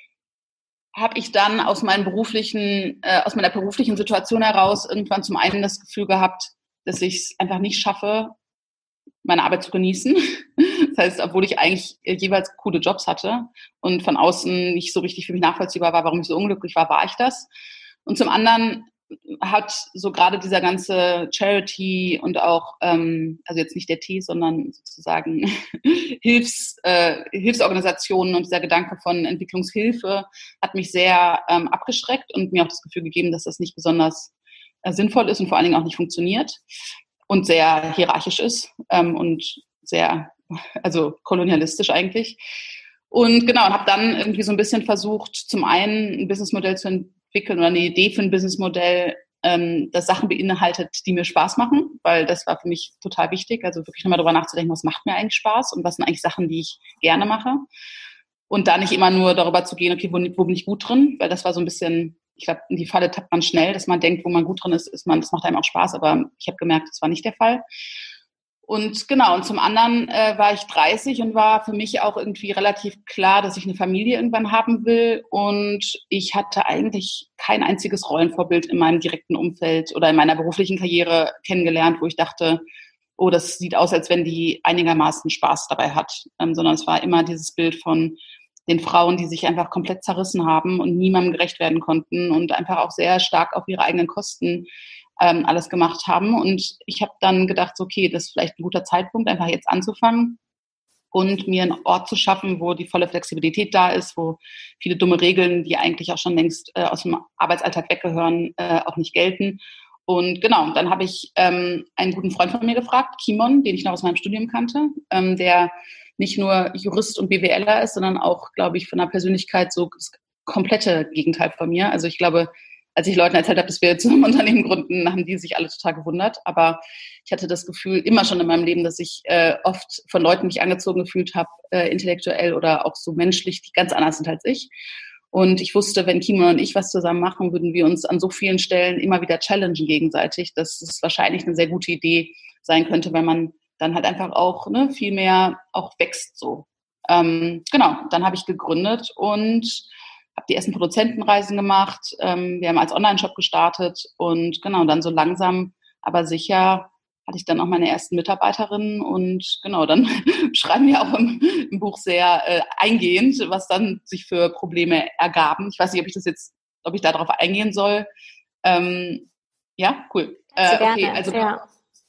habe ich dann aus meinen beruflichen, äh, aus meiner beruflichen Situation heraus irgendwann zum einen das Gefühl gehabt, dass ich es einfach nicht schaffe, meine Arbeit zu genießen. Das heißt, obwohl ich eigentlich jeweils coole Jobs hatte und von außen nicht so richtig für mich nachvollziehbar war, warum ich so unglücklich war, war ich das. Und zum anderen hat so gerade dieser ganze Charity und auch, ähm, also jetzt nicht der T, sondern sozusagen Hilfs, äh, Hilfsorganisationen und dieser Gedanke von Entwicklungshilfe hat mich sehr ähm, abgeschreckt und mir auch das Gefühl gegeben, dass das nicht besonders äh, sinnvoll ist und vor allen Dingen auch nicht funktioniert und sehr hierarchisch ist ähm, und sehr, also kolonialistisch eigentlich. Und genau, und habe dann irgendwie so ein bisschen versucht, zum einen ein Businessmodell zu entwickeln oder eine Idee für ein Businessmodell, ähm, das Sachen beinhaltet, die mir Spaß machen, weil das war für mich total wichtig. Also wirklich nochmal darüber nachzudenken, was macht mir eigentlich Spaß und was sind eigentlich Sachen, die ich gerne mache. Und da nicht immer nur darüber zu gehen, okay, wo, wo bin ich gut drin, weil das war so ein bisschen, ich glaube, in die Falle tappt man schnell, dass man denkt, wo man gut drin ist, ist man, das macht einem auch Spaß, aber ich habe gemerkt, das war nicht der Fall. Und genau, und zum anderen äh, war ich dreißig und war für mich auch irgendwie relativ klar, dass ich eine Familie irgendwann haben will. Und ich hatte eigentlich kein einziges Rollenvorbild in meinem direkten Umfeld oder in meiner beruflichen Karriere kennengelernt, wo ich dachte, oh, das sieht aus, als wenn die einigermaßen Spaß dabei hat. Ähm, sondern es war immer dieses Bild von den Frauen, die sich einfach komplett zerrissen haben und niemandem gerecht werden konnten und einfach auch sehr stark auf ihre eigenen Kosten ähm, alles gemacht haben. Und ich habe dann gedacht, so, okay, das ist vielleicht ein guter Zeitpunkt, einfach jetzt anzufangen und mir einen Ort zu schaffen, wo die volle Flexibilität da ist, wo viele dumme Regeln, die eigentlich auch schon längst äh, aus dem Arbeitsalltag weggehören, äh, auch nicht gelten. Und genau, dann habe ich ähm, einen guten Freund von mir gefragt, Kimon, den ich noch aus meinem Studium kannte, ähm, der nicht nur Jurist und BWLer ist, sondern auch, glaube ich, von der Persönlichkeit so das komplette Gegenteil von mir. Also ich glaube, als ich Leuten erzählt habe, dass wir zum Unternehmen gründen, haben die sich alle total gewundert. Aber ich hatte das Gefühl immer schon in meinem Leben, dass ich äh, oft von Leuten mich angezogen gefühlt habe, äh, intellektuell oder auch so menschlich, die ganz anders sind als ich. Und ich wusste, wenn Kimon und ich was zusammen machen, würden wir uns an so vielen Stellen immer wieder challengen gegenseitig, dass es wahrscheinlich eine sehr gute Idee sein könnte, wenn man dann halt einfach auch ne, viel mehr auch wächst so. Ähm, genau, dann habe ich gegründet und habe die ersten Produzentenreisen gemacht. Ähm, wir haben als Online-Shop gestartet und genau, dann so langsam, aber sicher hatte ich dann auch meine ersten Mitarbeiterinnen und genau, dann schreiben wir auch im, im Buch sehr äh, eingehend, was dann sich für Probleme ergaben. Ich weiß nicht, ob ich das jetzt, ob ich da drauf eingehen soll. Ähm, ja, cool. Äh, okay, gerne, also ja.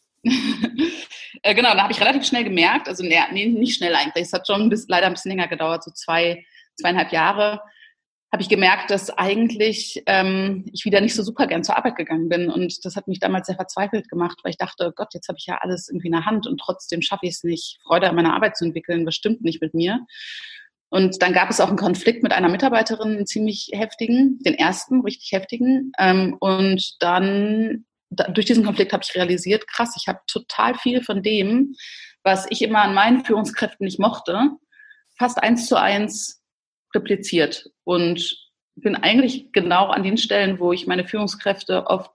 äh, genau, da habe ich relativ schnell gemerkt, also nee, nee, nicht schnell eigentlich, es hat schon ein bisschen, leider ein bisschen länger gedauert, so zwei, zweieinhalb Jahre, habe ich gemerkt, dass eigentlich ähm, ich wieder nicht so super gern zur Arbeit gegangen bin. Und das hat mich damals sehr verzweifelt gemacht, weil ich dachte, oh Gott, jetzt habe ich ja alles irgendwie in der Hand und trotzdem schaffe ich es nicht, Freude an meiner Arbeit zu entwickeln. Was stimmt nicht mit mir? Und dann gab es auch einen Konflikt mit einer Mitarbeiterin, einen ziemlich heftigen, den ersten, richtig heftigen. Ähm, und dann, da, durch diesen Konflikt habe ich realisiert, krass, ich habe total viel von dem, was ich immer an meinen Führungskräften nicht mochte, fast eins zu eins repliziert und bin eigentlich genau an den Stellen, wo ich meine Führungskräfte oft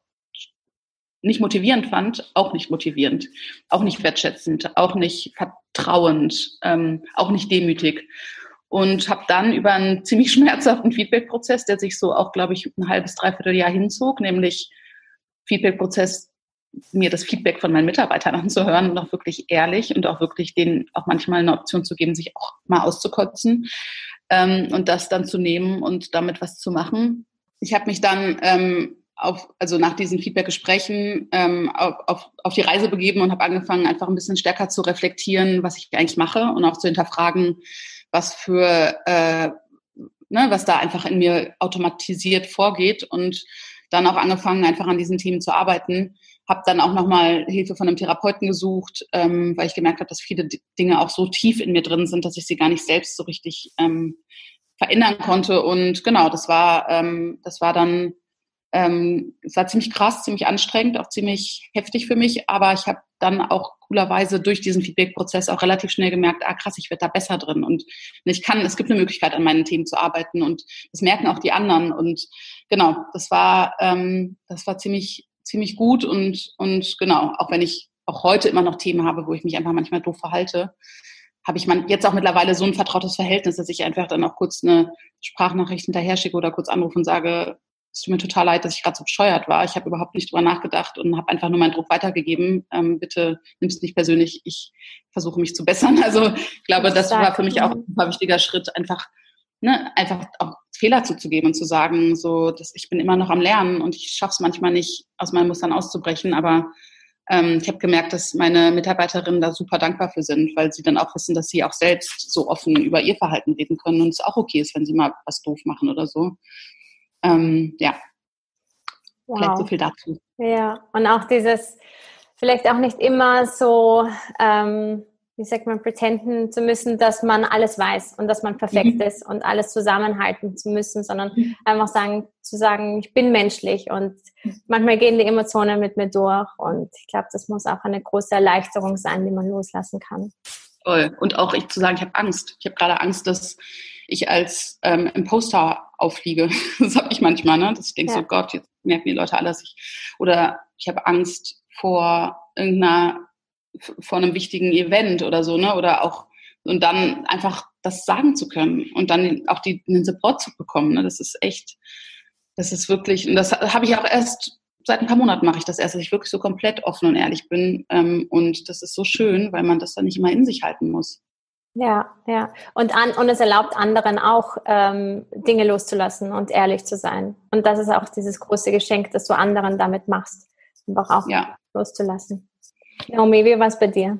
nicht motivierend fand, auch nicht motivierend, auch nicht wertschätzend, auch nicht vertrauend, ähm, auch nicht demütig. Und habe dann über einen ziemlich schmerzhaften Feedback-Prozess, der sich so auch, glaube ich, ein halbes, dreiviertel Jahr hinzog, nämlich Feedback-Prozess, mir das Feedback von meinen Mitarbeitern anzuhören und auch wirklich ehrlich und auch wirklich denen auch manchmal eine Option zu geben, sich auch mal auszukotzen ähm, und das dann zu nehmen und damit was zu machen. Ich habe mich dann ähm, auf, also nach diesen Feedback-Gesprächen ähm, auf, auf, auf die Reise begeben und habe angefangen, einfach ein bisschen stärker zu reflektieren, was ich eigentlich mache und auch zu hinterfragen, was für, äh, ne, was da einfach in mir automatisiert vorgeht und dann auch angefangen, einfach an diesen Themen zu arbeiten. Habe dann auch nochmal Hilfe von einem Therapeuten gesucht, ähm, weil ich gemerkt habe, dass viele Dinge auch so tief in mir drin sind, dass ich sie gar nicht selbst so richtig ähm, verändern konnte. Und genau, das war, ähm, das war dann, ähm, es war ziemlich krass, ziemlich anstrengend, auch ziemlich heftig für mich. Aber ich habe dann auch coolerweise durch diesen Feedback-Prozess auch relativ schnell gemerkt, ah krass, ich werde da besser drin. Und ich kann, es gibt eine Möglichkeit, an meinen Themen zu arbeiten. Und das merken auch die anderen. Und genau, das war, ähm, das war ziemlich ziemlich gut und, und genau, auch wenn ich auch heute immer noch Themen habe, wo ich mich einfach manchmal doof verhalte, habe ich man jetzt auch mittlerweile so ein vertrautes Verhältnis, dass ich einfach dann auch kurz eine Sprachnachricht hinterher schicke oder kurz anrufe und sage, es tut mir total leid, dass ich gerade so bescheuert war. Ich habe überhaupt nicht drüber nachgedacht und habe einfach nur meinen Druck weitergegeben. Ähm, bitte nimm es nicht persönlich, ich versuche mich zu bessern. Also ich glaube, das war für mich auch ein super wichtiger Schritt, einfach Ne, einfach auch Fehler zuzugeben und zu sagen, so, dass ich bin immer noch am Lernen und ich schaffe es manchmal nicht, aus meinen Mustern auszubrechen, aber ähm, ich habe gemerkt, dass meine Mitarbeiterinnen da super dankbar für sind, weil sie dann auch wissen, dass sie auch selbst so offen über ihr Verhalten reden können und es auch okay ist, wenn sie mal was doof machen oder so. Ähm, ja, wow. Vielleicht so viel dazu. Ja, und auch dieses, vielleicht auch nicht immer so ähm, wie sagt man, pretenden zu müssen, dass man alles weiß und dass man perfekt mhm. ist und alles zusammenhalten zu müssen, sondern mhm. einfach sagen, zu sagen, ich bin menschlich und manchmal gehen die Emotionen mit mir durch und ich glaube, das muss auch eine große Erleichterung sein, die man loslassen kann. Toll. Und auch ich zu sagen, ich habe Angst. Ich habe gerade Angst, dass ich als ähm, Imposter auffliege. Das habe ich manchmal, ne? Dass ich denke, ja. so Gott, jetzt merken die Leute alles. Ich, oder ich habe Angst vor irgendeiner, vor einem wichtigen Event oder so, ne? Oder auch, und dann einfach das sagen zu können und dann auch die, den Support zu bekommen, ne? Das ist echt, das ist wirklich, und das habe ich auch erst, seit ein paar Monaten mache ich das erst, dass ich wirklich so komplett offen und ehrlich bin. Ähm, und das ist so schön, weil man das dann nicht immer in sich halten muss. Ja, ja. Und, an, und es erlaubt anderen auch, ähm, Dinge loszulassen und ehrlich zu sein. Und das ist auch dieses große Geschenk, dass du anderen damit machst, einfach auch ja. loszulassen. Naomi, wie war es bei dir?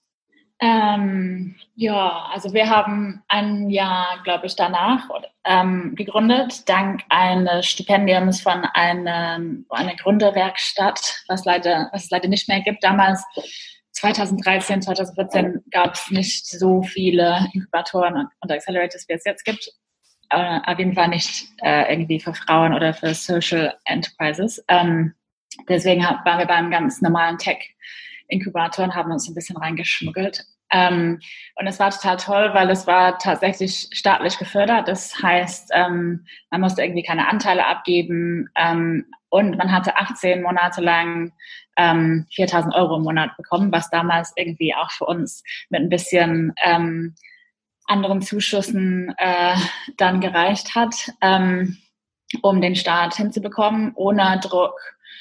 Ähm, ja, also wir haben ein Jahr, glaube ich, danach ähm, gegründet, dank eines Stipendiums von einem, einer Gründerwerkstatt, was leider, was es leider nicht mehr gibt. Damals zwanzig dreizehn, zwanzig vierzehn gab es nicht so viele Inkubatoren und, und Accelerators, wie es jetzt gibt. Äh, auf jeden Fall nicht äh, irgendwie für Frauen oder für Social Enterprises. Ähm, deswegen hab, waren wir beim ganz normalen Tech-Inkubator und haben uns ein bisschen reingeschmuggelt. Ähm, und es war total toll, weil es war tatsächlich staatlich gefördert. Das heißt, ähm, man musste irgendwie keine Anteile abgeben ähm, und man hatte achtzehn Monate lang ähm, viertausend Euro im Monat bekommen, was damals irgendwie auch für uns mit ein bisschen ähm, anderen Zuschüssen äh, dann gereicht hat, ähm, um den Start hinzubekommen, ohne Druck,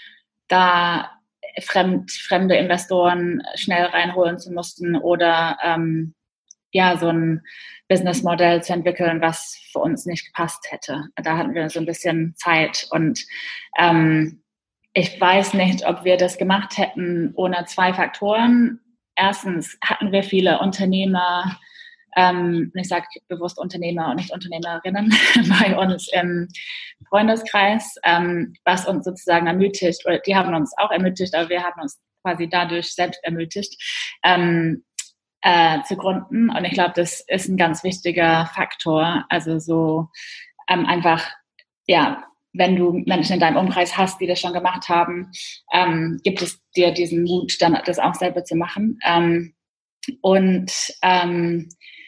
da fremd, fremde Investoren schnell reinholen zu müssen oder ähm, ja, so ein Businessmodell zu entwickeln, was für uns nicht gepasst hätte. Da hatten wir so ein bisschen Zeit und ähm, ich weiß nicht, ob wir das gemacht hätten ohne zwei Faktoren. Erstens hatten wir viele Unternehmer, ähm, ich sage bewusst Unternehmer und nicht Unternehmerinnen bei uns im Freundeskreis, ähm, was uns sozusagen ermutigt, oder die haben uns auch ermutigt, aber wir haben uns quasi dadurch selbst ermutigt, ähm, äh, zu gründen. Und ich glaube, das ist ein ganz wichtiger Faktor. Also so ähm, einfach, ja, wenn du Menschen in deinem Umkreis hast, die das schon gemacht haben, ähm, gibt es dir diesen Mut, dann das auch selber zu machen. Ähm, und ähm,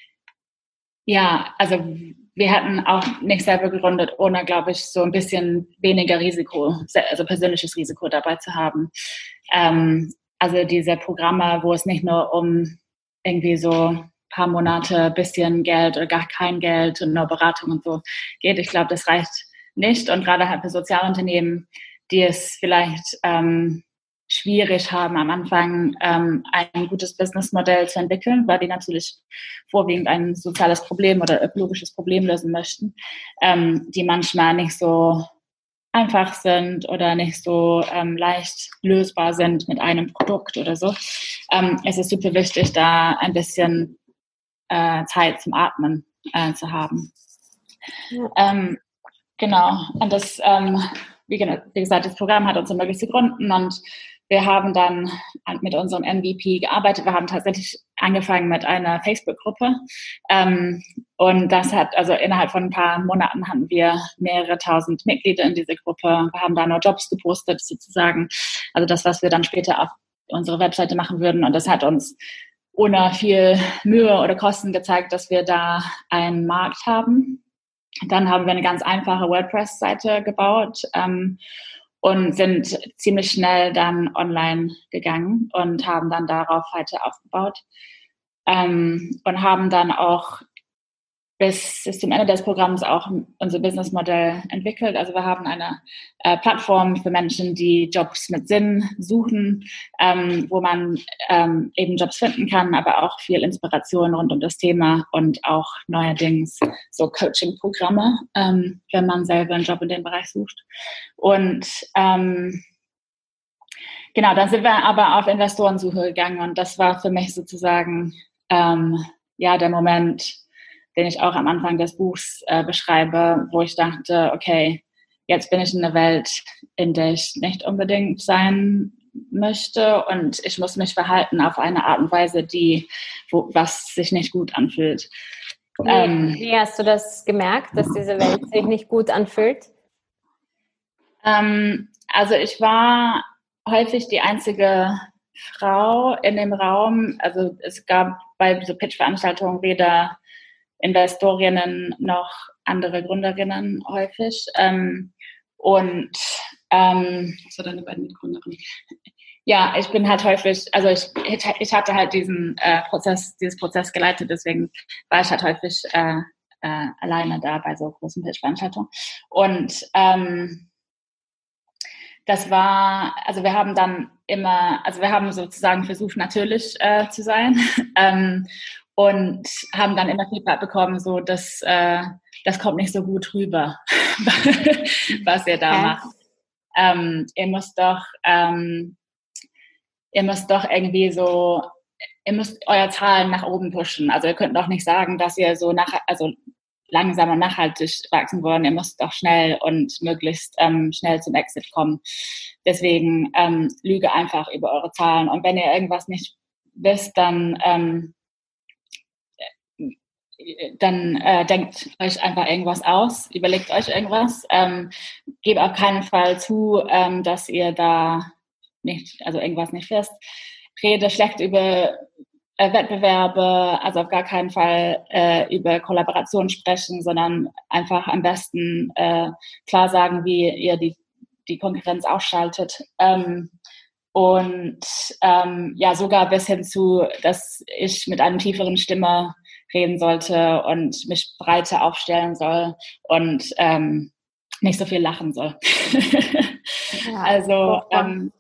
ja, also wir hatten auch nicht selber gegründet, ohne, glaube ich, so ein bisschen weniger Risiko, also persönliches Risiko dabei zu haben. Ähm, also diese Programme, wo es nicht nur um irgendwie so ein paar Monate bisschen Geld oder gar kein Geld und nur Beratung und so geht. Ich glaube, das reicht nicht. Und gerade halt für Sozialunternehmen, die es vielleicht ähm, schwierig haben, am Anfang ähm, ein gutes Businessmodell zu entwickeln, weil die natürlich vorwiegend ein soziales Problem oder ökologisches Problem lösen möchten, ähm, die manchmal nicht so einfach sind oder nicht so ähm, leicht lösbar sind mit einem Produkt oder so. Ähm, es ist super wichtig, da ein bisschen äh, Zeit zum Atmen äh, zu haben. Ja. Ähm, genau. Und das, ähm, wie, wie gesagt, das Programm hat uns ermöglicht zu gründen und wir haben dann mit unserem M V P gearbeitet. Wir haben tatsächlich angefangen mit einer Facebook-Gruppe. Ähm, und das hat, also innerhalb von ein paar Monaten hatten wir mehrere tausend Mitglieder in dieser Gruppe. Wir haben da nur Jobs gepostet sozusagen. Also das, was wir dann später auf unsere Webseite machen würden. Und das hat uns ohne viel Mühe oder Kosten gezeigt, dass wir da einen Markt haben. Dann haben wir eine ganz einfache WordPress-Seite gebaut. Ähm, und sind ziemlich schnell dann online gegangen und haben dann darauf weiter aufgebaut ähm, und haben dann auch bis, bis zum Ende des Programms auch unser Businessmodell entwickelt. Also wir haben eine äh, Plattform für Menschen, die Jobs mit Sinn suchen, ähm, wo man ähm, eben Jobs finden kann, aber auch viel Inspiration rund um das Thema und auch neuerdings so Coaching-Programme, ähm, wenn man selber einen Job in dem Bereich sucht. Und ähm, genau, dann sind wir aber auf Investorensuche gegangen und das war für mich sozusagen ähm, ja der Moment, den ich auch am Anfang des Buchs äh, beschreibe, wo ich dachte, okay, jetzt bin ich in einer Welt, in der ich nicht unbedingt sein möchte und ich muss mich verhalten auf eine Art und Weise, die, wo, was sich nicht gut anfühlt. Wie, ähm, wie hast du das gemerkt, dass diese Welt sich nicht gut anfühlt? Ähm, also ich war häufig die einzige Frau in dem Raum. Also es gab bei so Pitch-Veranstaltungen weder Investorinnen noch andere Gründerinnen häufig. Ähm, und ähm, was war deine beiden Mitgründerinnen? Ja, ich bin halt häufig, also ich, ich hatte halt diesen äh, Prozess, dieses Prozess geleitet, deswegen war ich halt häufig äh, äh, alleine da bei so großen Pitch-Veranstaltungen. Und ähm, das war, also wir haben dann immer, also wir haben sozusagen versucht, natürlich äh, zu sein ähm, und haben dann immer Feedback bekommen, so dass äh, das kommt nicht so gut rüber, was ihr da okay. macht. Ähm, ihr müsst doch, ähm, ihr müsst doch irgendwie so, ihr müsst eure Zahlen nach oben pushen. Also ihr könnt doch nicht sagen, dass ihr so nach, also langsam und nachhaltig wachsen wollen. Ihr müsst doch schnell und möglichst ähm, schnell zum Exit kommen. Deswegen ähm, lüge einfach über eure Zahlen. Und wenn ihr irgendwas nicht wisst, dann ähm, dann äh, denkt euch einfach irgendwas aus, überlegt euch irgendwas. Ähm, gebt auf keinen Fall zu, ähm, dass ihr da nicht, also irgendwas nicht wisst. Rede schlecht über äh, Wettbewerbe, also auf gar keinen Fall äh, über Kollaboration sprechen, sondern einfach am besten äh, klar sagen, wie ihr die, die Konkurrenz ausschaltet. Ähm, und ähm, ja, sogar bis hin zu, dass ich mit einer tieferen Stimme reden sollte und mich breiter aufstellen soll und ähm, nicht so viel lachen soll. Ja, also ähm,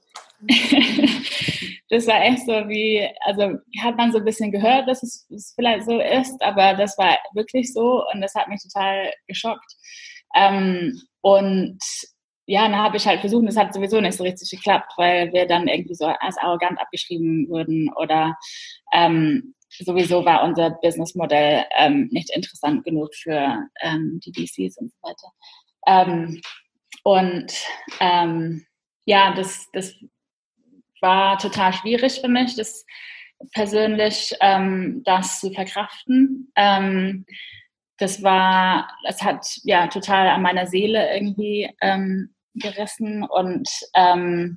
das war echt so wie, also hat man so ein bisschen gehört, dass es, es vielleicht so ist, aber das war wirklich so und das hat mich total geschockt. Ähm, und ja, dann habe ich halt versucht, das hat sowieso nicht so richtig geklappt, weil wir dann irgendwie so als arrogant abgeschrieben wurden oder ähm, sowieso war unser Businessmodell ähm, nicht interessant genug für ähm, die V Cs und so weiter. Ähm, und ähm, ja, das, das war total schwierig für mich, das persönlich ähm, das zu verkraften. Ähm, das war, das hat ja total an meiner Seele irgendwie ähm, gerissen und ähm,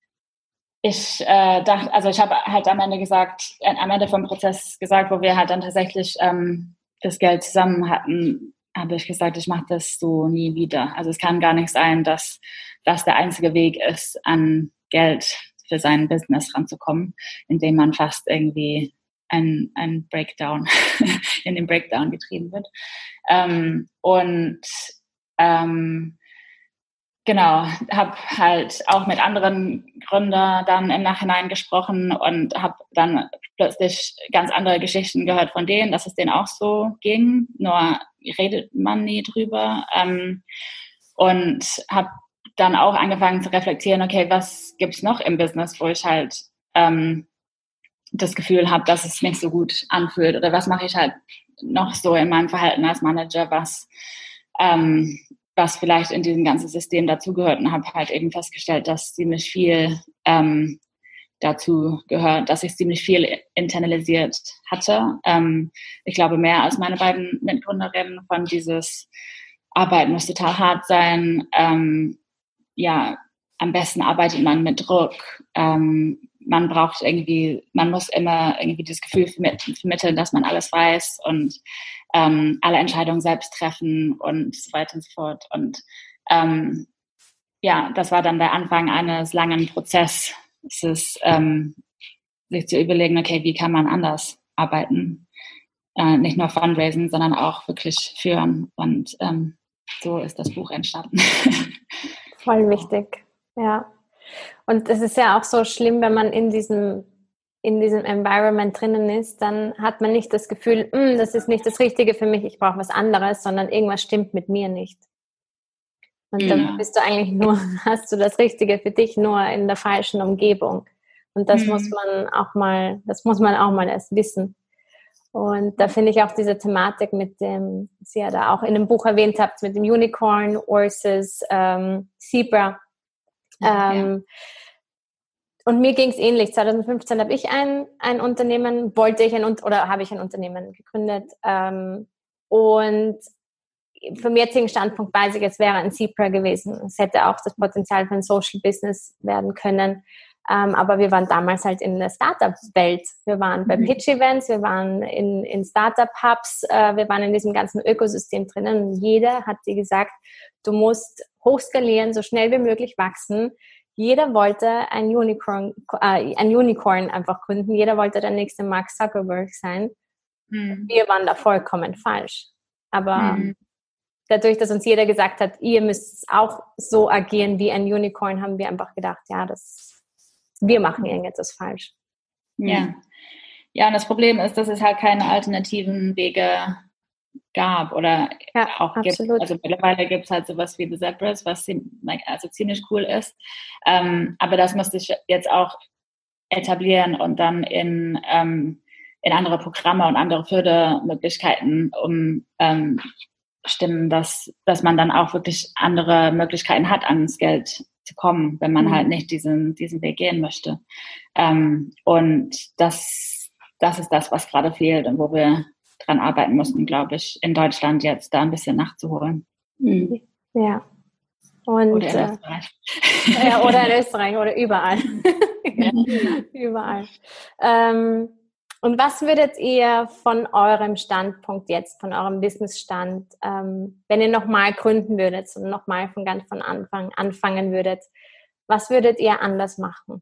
ich äh, dachte, also ich habe halt am Ende gesagt, äh, am Ende vom Prozess gesagt, wo wir halt dann tatsächlich ähm, das Geld zusammen hatten, habe ich gesagt, ich mache das so nie wieder. Also es kann gar nicht sein, dass das der einzige Weg ist, an Geld für sein Business ranzukommen, indem man fast irgendwie ein, ein Breakdown, in den Breakdown getrieben wird. Ähm, und ähm, genau, habe halt auch mit anderen Gründern dann im Nachhinein gesprochen und habe dann plötzlich ganz andere Geschichten gehört von denen, dass es denen auch so ging, nur redet man nie drüber. Ähm, und habe dann auch angefangen zu reflektieren, okay, was gibt's noch im Business, wo ich halt ähm, das Gefühl habe, dass es nicht so gut anfühlt oder was mache ich halt noch so in meinem Verhalten als Manager, was ähm, was vielleicht in diesem ganzen System dazugehört und habe halt eben festgestellt, dass ziemlich viel ähm, dazu gehört, dass ich ziemlich viel internalisiert hatte. Ähm, ich glaube, mehr als meine beiden Mitgründerinnen von dieses Arbeiten muss total hart sein. Ähm, ja, am besten arbeitet man mit Druck. Ähm, man braucht irgendwie, man muss immer irgendwie das Gefühl vermitteln, dass man alles weiß und ähm, alle Entscheidungen selbst treffen und so weiter und so fort. Und ähm, ja, das war dann der Anfang eines langen Prozesses, ähm, sich zu überlegen, okay, wie kann man anders arbeiten? Äh, nicht nur Fundraising, sondern auch wirklich führen. Und ähm, so ist das Buch entstanden. Voll wichtig, ja. Und es ist ja auch so schlimm, wenn man in diesem, in diesem Environment drinnen ist, dann hat man nicht das Gefühl, das ist nicht das Richtige für mich, ich brauche was anderes, sondern irgendwas stimmt mit mir nicht. Und dann ja. bist du eigentlich nur, hast du das Richtige für dich nur in der falschen Umgebung. Und das mhm. muss man auch mal, das muss man auch mal erst wissen. Und da finde ich auch diese Thematik mit dem, sie ja da auch in dem Buch erwähnt habt, mit dem Unicorn versus ähm, Zebra. Ähm, ja. und mir ging es ähnlich. zwanzig fünfzehn habe ich ein, ein Unternehmen, wollte ich ein, oder habe ich ein Unternehmen gegründet. Ähm, und vom jetzigen Standpunkt weiß ich, es wäre ein Zebra gewesen. Es hätte auch das Potenzial für ein Social Business werden können. Ähm, aber wir waren damals halt in der Startup-Welt. Wir waren bei Pitch-Events, wir waren in, in Startup-Hubs, äh, wir waren in diesem ganzen Ökosystem drinnen. Und jeder hat dir gesagt, du musst hochskalieren, so schnell wie möglich wachsen. Jeder wollte ein Unicorn, äh, ein Unicorn einfach gründen. Jeder wollte der nächste Mark Zuckerberg sein. Mhm. Wir waren da vollkommen falsch. Aber mhm. dadurch, dass uns jeder gesagt hat, ihr müsst auch so agieren wie ein Unicorn, haben wir einfach gedacht, ja, das, wir machen irgendetwas falsch. Ja. Ja, und das Problem ist, dass es halt keine alternativen Wege gab oder ja, auch absolut. Gibt. Also mittlerweile gibt es halt sowas wie The Zebras, was also ziemlich cool ist. Ähm, aber das musste ich jetzt auch etablieren und dann in, ähm, in andere Programme und andere Fördermöglichkeiten um ähm, stimmen, dass, dass man dann auch wirklich andere Möglichkeiten hat, ans Geld zu kommen, wenn man mhm. halt nicht diesen, diesen Weg gehen möchte. Ähm, und das, das ist das, was gerade fehlt und wo wir dran arbeiten mussten, glaube ich, in Deutschland jetzt da ein bisschen nachzuholen. Mhm. Ja. Und, oder in äh, Österreich. Ja, oder in Österreich oder überall. Ja, überall. Ähm, und was würdet ihr von eurem Standpunkt jetzt, von eurem Businessstand, ähm, wenn ihr nochmal gründen würdet und nochmal von ganz von Anfang anfangen würdet, was würdet ihr anders machen?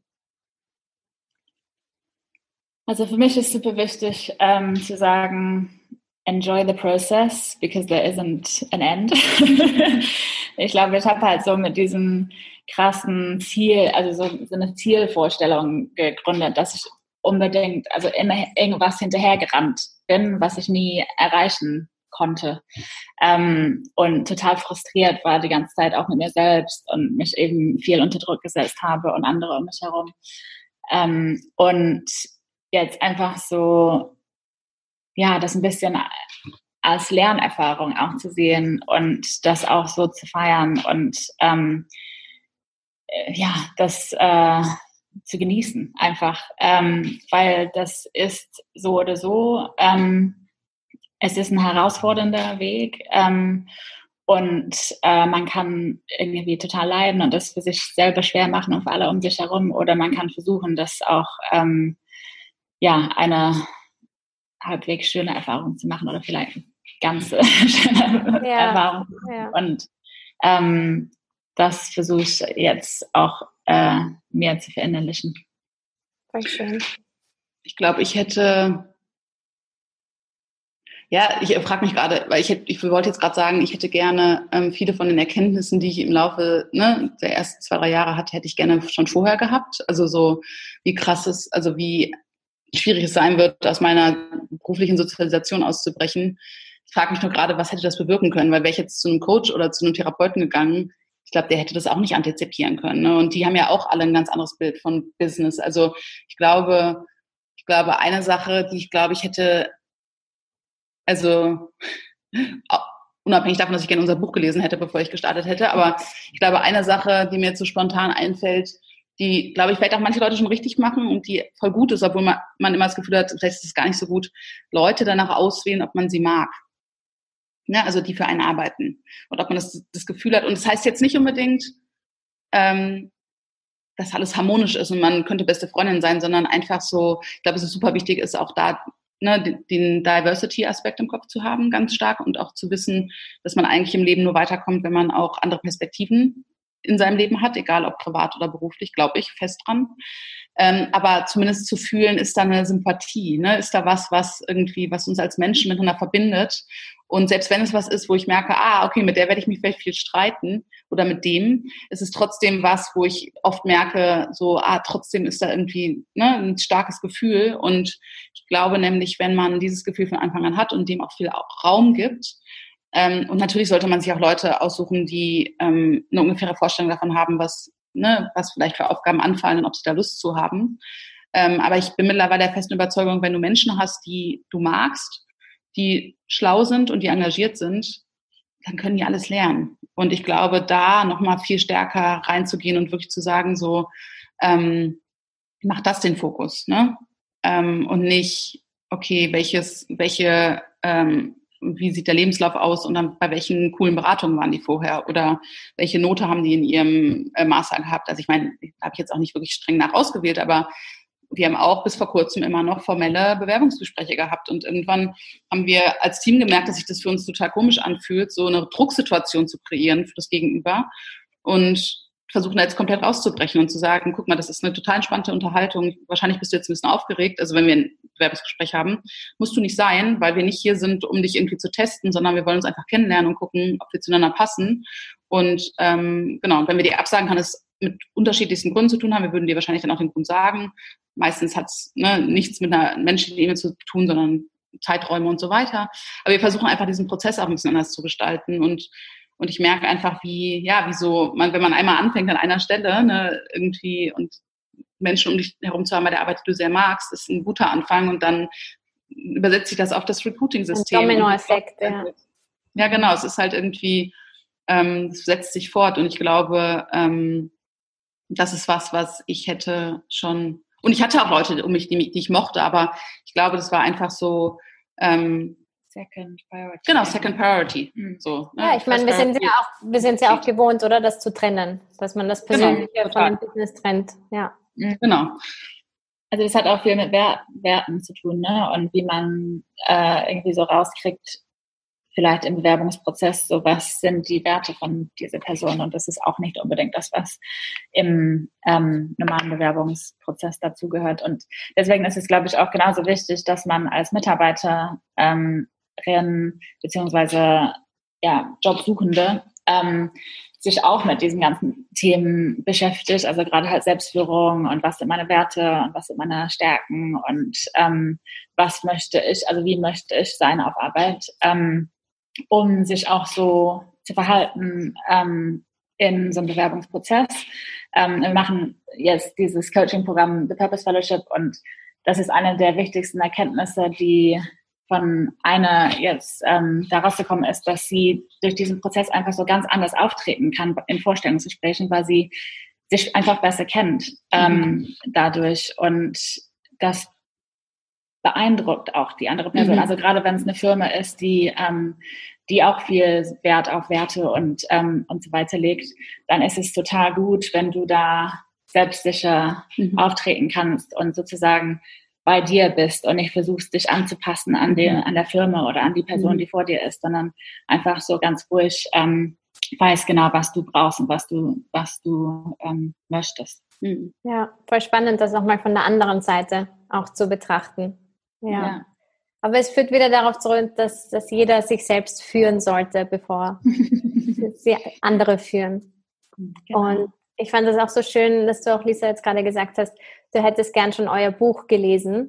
Also für mich ist super wichtig ähm, zu sagen, enjoy the process, because there isn't an end. Ich glaube, ich habe halt so mit diesem krassen Ziel, also so, so eine Zielvorstellung gegründet, dass ich unbedingt, also immer irgendwas hinterhergerannt bin, was ich nie erreichen konnte. Ähm, und total frustriert war die ganze Zeit auch mit mir selbst und mich eben viel unter Druck gesetzt habe und andere um mich herum. Ähm, und jetzt einfach so, ja, das ein bisschen als Lernerfahrung auch zu sehen und das auch so zu feiern und ähm, ja, das äh, zu genießen einfach, ähm, weil das ist so oder so, ähm, es ist ein herausfordernder Weg ähm, und äh, man kann irgendwie total leiden und das für sich selber schwer machen und für alle um sich herum, oder man kann versuchen, das auch ähm, ja, eine halbwegs schöne Erfahrung zu machen oder vielleicht ganz schöne ja, Erfahrung. Ja. Und ähm, das versuche ich jetzt auch äh, mehr zu verinnerlichen. Voll schön. Ich glaube, ich hätte, ja, ich frage mich gerade, weil ich, hätte, ich wollte jetzt gerade sagen, ich hätte gerne ähm, viele von den Erkenntnissen, die ich im Laufe ne, der ersten zwei, drei Jahre hatte, hätte ich gerne schon vorher gehabt. Also so, wie krass es, also wie schwierig es sein wird, aus meiner beruflichen Sozialisation auszubrechen. Ich frage mich nur gerade, was hätte das bewirken können? Weil wäre ich jetzt zu einem Coach oder zu einem Therapeuten gegangen, ich glaube, der hätte das auch nicht antizipieren können. Ne? Und die haben ja auch alle ein ganz anderes Bild von Business. Also ich glaube, ich glaube, eine Sache, die ich glaube, ich hätte, also unabhängig davon, dass ich gerne unser Buch gelesen hätte, bevor ich gestartet hätte, aber ich glaube, eine Sache, die mir jetzt so spontan einfällt, die, glaube ich, vielleicht auch manche Leute schon richtig machen und die voll gut ist, obwohl man, man immer das Gefühl hat, vielleicht ist es gar nicht so gut, Leute danach auswählen, ob man sie mag. Ja, also die für einen arbeiten. Und ob man das, das Gefühl hat, und das heißt jetzt nicht unbedingt, ähm, dass alles harmonisch ist und man könnte beste Freundin sein, sondern einfach so, ich glaube, es ist super wichtig, ist auch da ne, den Diversity-Aspekt im Kopf zu haben, ganz stark, und auch zu wissen, dass man eigentlich im Leben nur weiterkommt, wenn man auch andere Perspektiven in seinem Leben hat, egal ob privat oder beruflich, glaube ich, fest dran. Ähm, aber zumindest zu fühlen, ist da eine Sympathie, ne? Ist da was, was irgendwie, was uns als Menschen miteinander verbindet. Und selbst wenn es was ist, wo ich merke, ah, okay, mit der werde ich mich vielleicht viel streiten oder mit dem, ist es trotzdem was, wo ich oft merke, so, ah, trotzdem ist da irgendwie ne, ein starkes Gefühl. Und ich glaube nämlich, wenn man dieses Gefühl von Anfang an hat und dem auch viel Raum gibt, Ähm, und natürlich sollte man sich auch Leute aussuchen, die ähm, eine ungefähre Vorstellung davon haben, was, ne, was vielleicht für Aufgaben anfallen und ob sie da Lust zu haben. Ähm, aber ich bin mittlerweile der festen Überzeugung, wenn du Menschen hast, die du magst, die schlau sind und die engagiert sind, dann können die alles lernen. Und ich glaube, da nochmal viel stärker reinzugehen und wirklich zu sagen, so, ähm, macht das den Fokus, ne? Ähm, und nicht, okay, welches, welche, ähm, wie sieht der Lebenslauf aus und dann bei welchen coolen Beratungen waren die vorher oder welche Note haben die in ihrem äh, Master gehabt. Also ich meine, da habe ich jetzt auch nicht wirklich streng nach ausgewählt, aber wir haben auch bis vor kurzem immer noch formelle Bewerbungsgespräche gehabt und irgendwann haben wir als Team gemerkt, dass sich das für uns total komisch anfühlt, so eine Drucksituation zu kreieren für das Gegenüber und versuchen da jetzt komplett rauszubrechen und zu sagen, guck mal, das ist eine total entspannte Unterhaltung. Wahrscheinlich bist du jetzt ein bisschen aufgeregt. Also wenn wir ein Bewerbungsgespräch haben, musst du nicht sein, weil wir nicht hier sind, um dich irgendwie zu testen, sondern wir wollen uns einfach kennenlernen und gucken, ob wir zueinander passen. Und ähm, genau, wenn wir dir absagen, kann es mit unterschiedlichsten Gründen zu tun haben. Wir würden dir wahrscheinlich dann auch den Grund sagen. Meistens hat es ne, nichts mit einer menschlichen Ebene zu tun, sondern Zeiträume und so weiter. Aber wir versuchen einfach diesen Prozess auch ein bisschen anders zu gestalten und Und ich merke einfach, wie, ja, wie so, man, wenn man einmal anfängt an einer Stelle, ne, irgendwie und Menschen um dich herum zu haben bei der Arbeit, die du sehr magst, ist ein guter Anfang und dann übersetzt sich das auf das Recruiting-System. Ein Domino-Effekt, ja. Ja, genau, es ist halt irgendwie, ähm, es setzt sich fort und ich glaube, ähm, das ist was, was ich hätte schon, und ich hatte auch Leute um mich, die, die ich mochte, aber ich glaube, das war einfach so, ähm, Second Priority. Genau, Second Priority. Mhm. So, ne? Ja, ich meine, wir sind ja auch, wir sind ja auch gewohnt, oder, das zu trennen, dass man das Persönliche genau, von dem Business trennt. Ja. Genau. Also das hat auch viel mit Werten zu tun, ne? Und wie man äh, irgendwie so rauskriegt, vielleicht im Bewerbungsprozess, so was sind die Werte von dieser Person. Und das ist auch nicht unbedingt das, was im ähm, normalen Bewerbungsprozess dazugehört. Und deswegen ist es, glaube ich, auch genauso wichtig, dass man als Mitarbeiter ähm, beziehungsweise ja, Jobsuchende ähm, sich auch mit diesen ganzen Themen beschäftigt, also gerade halt Selbstführung und was sind meine Werte und was sind meine Stärken und ähm, was möchte ich, also wie möchte ich sein auf Arbeit, ähm, um sich auch so zu verhalten ähm, in so einem Bewerbungsprozess. Ähm, wir machen jetzt dieses Coaching-Programm The Purpose Fellowship und das ist eine der wichtigsten Erkenntnisse, die von einer jetzt ähm, da rausgekommen ist, dass sie durch diesen Prozess einfach so ganz anders auftreten kann in Vorstellungsgesprächen, weil sie sich einfach besser kennt ähm, mhm. dadurch. Und das beeindruckt auch die andere Person. Mhm. Also gerade wenn es eine Firma ist, die ähm, die auch viel Wert auf Werte und ähm, und so weiter legt, dann ist es total gut, wenn du da selbstsicher mhm. auftreten kannst und sozusagen bei dir bist und nicht versuchst, dich anzupassen an, den, an der Firma oder an die Person, die vor dir ist, sondern einfach so ganz ruhig ähm, weißt genau, was du brauchst und was du, was du ähm, möchtest. Mhm. Ja, voll spannend, das nochmal von der anderen Seite auch zu betrachten. Ja. ja. Aber es führt wieder darauf zurück, dass, dass jeder sich selbst führen sollte, bevor sie andere führen. Genau. Und ich fand das auch so schön, dass du auch, Lisa, jetzt gerade gesagt hast, du hättest gern schon euer Buch gelesen.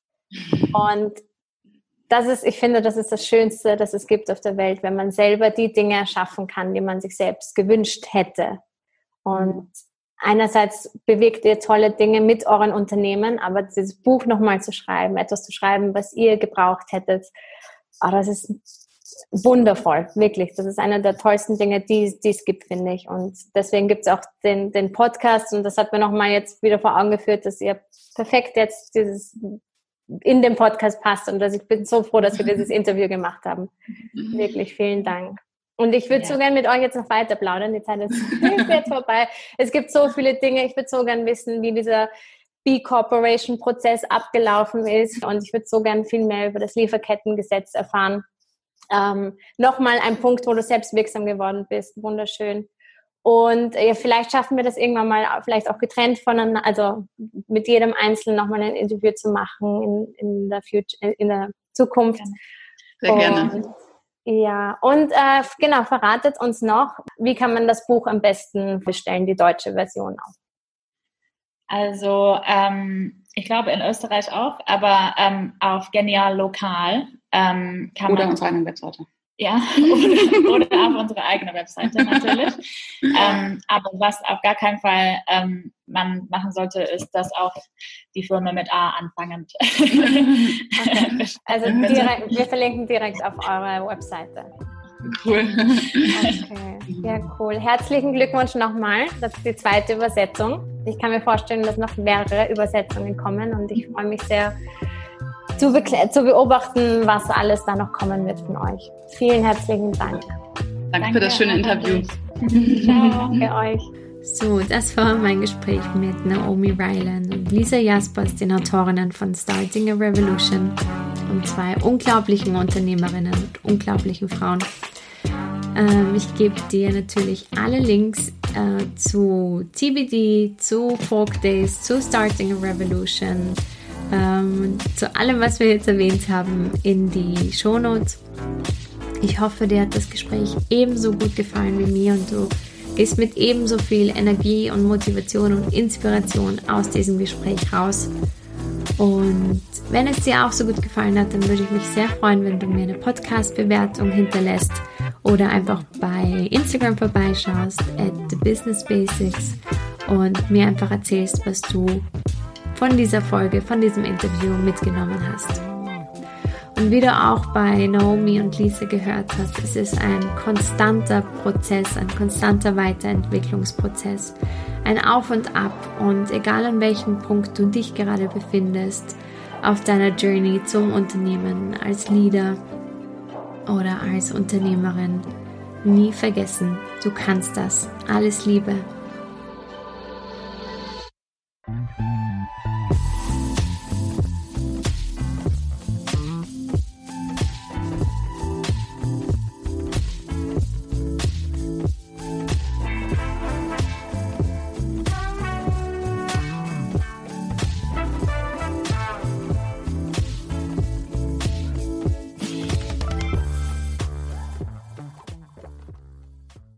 Und das ist, ich finde, das ist das Schönste, das es gibt auf der Welt, wenn man selber die Dinge erschaffen kann, die man sich selbst gewünscht hätte. Und einerseits bewegt ihr tolle Dinge mit euren Unternehmen, aber dieses Buch nochmal zu schreiben, etwas zu schreiben, was ihr gebraucht hättet, oh, das ist wundervoll, wirklich. Das ist einer der tollsten Dinge, die, die es gibt, finde ich. Und deswegen gibt es auch den, den Podcast und das hat mir nochmal jetzt wieder vor Augen geführt, dass ihr perfekt jetzt dieses in dem Podcast passt und dass ich bin so froh, dass wir dieses Interview gemacht haben. Wirklich, vielen Dank. Und ich würde ja. so gerne mit euch jetzt noch weiter plaudern. Die Zeit ist jetzt vorbei. Es gibt so viele Dinge. Ich würde so gerne wissen, wie dieser B-Corporation-Prozess abgelaufen ist. Und ich würde so gerne viel mehr über das Lieferkettengesetz erfahren. Ähm, Nochmal ein Punkt, wo du selbstwirksam geworden bist. Wunderschön. Und ja, vielleicht schaffen wir das irgendwann mal, vielleicht auch getrennt voneinander, also mit jedem Einzelnen nochmal ein Interview zu machen in, in, der, Future, in der Zukunft. Sehr und, gerne. Ja, und äh, genau, verratet uns noch, wie kann man das Buch am besten bestellen, die deutsche Version auch? Also ähm, ich glaube in Österreich auch, aber ähm, auf Genial Lokal ähm, kann oder man... Oder unsere eigene Webseite. Ja, oder, oder auf unsere eigene Webseite natürlich. ähm, aber was auf gar keinen Fall ähm, man machen sollte, ist, dass auch die Firma mit A anfangend. Okay. Also direkt, wir verlinken direkt auf eure Webseite. Cool. Okay, ja cool. Herzlichen Glückwunsch nochmal. Das ist die zweite Übersetzung. ich kann mir vorstellen, dass noch mehrere Übersetzungen kommen und ich freue mich sehr zu, be- zu beobachten, was alles da noch kommen wird von euch. Vielen herzlichen Dank. Danke, Danke für das schöne Interview. Ciao. Für euch. So, das war mein Gespräch mit Naomi Ryland und Lisa Jaspers, den Autorinnen von Starting a Revolution und zwei unglaublichen Unternehmerinnen und unglaublichen Frauen. Ähm, ich gebe dir natürlich alle Links äh, zu T B D, zu Folk Days, zu Starting a Revolution, ähm, zu allem, was wir jetzt erwähnt haben, in die Shownotes. Ich hoffe, dir hat das Gespräch ebenso gut gefallen wie mir und du gehst mit ebenso viel Energie und Motivation und Inspiration aus diesem Gespräch raus. Und wenn es dir auch so gut gefallen hat, dann würde ich mich sehr freuen, wenn du mir eine Podcast-Bewertung hinterlässt oder einfach bei Instagram vorbeischaust at the business basics und mir einfach erzählst, was du von dieser Folge, von diesem Interview mitgenommen hast. Und wie du auch bei Naomi und Lisa gehört hast, es ist ein konstanter Prozess, ein konstanter Weiterentwicklungsprozess, ein Auf und Ab. Und egal an welchem Punkt du dich gerade befindest, auf deiner Journey zum Unternehmen, als Leader oder als Unternehmerin, nie vergessen, du kannst das. Alles Liebe.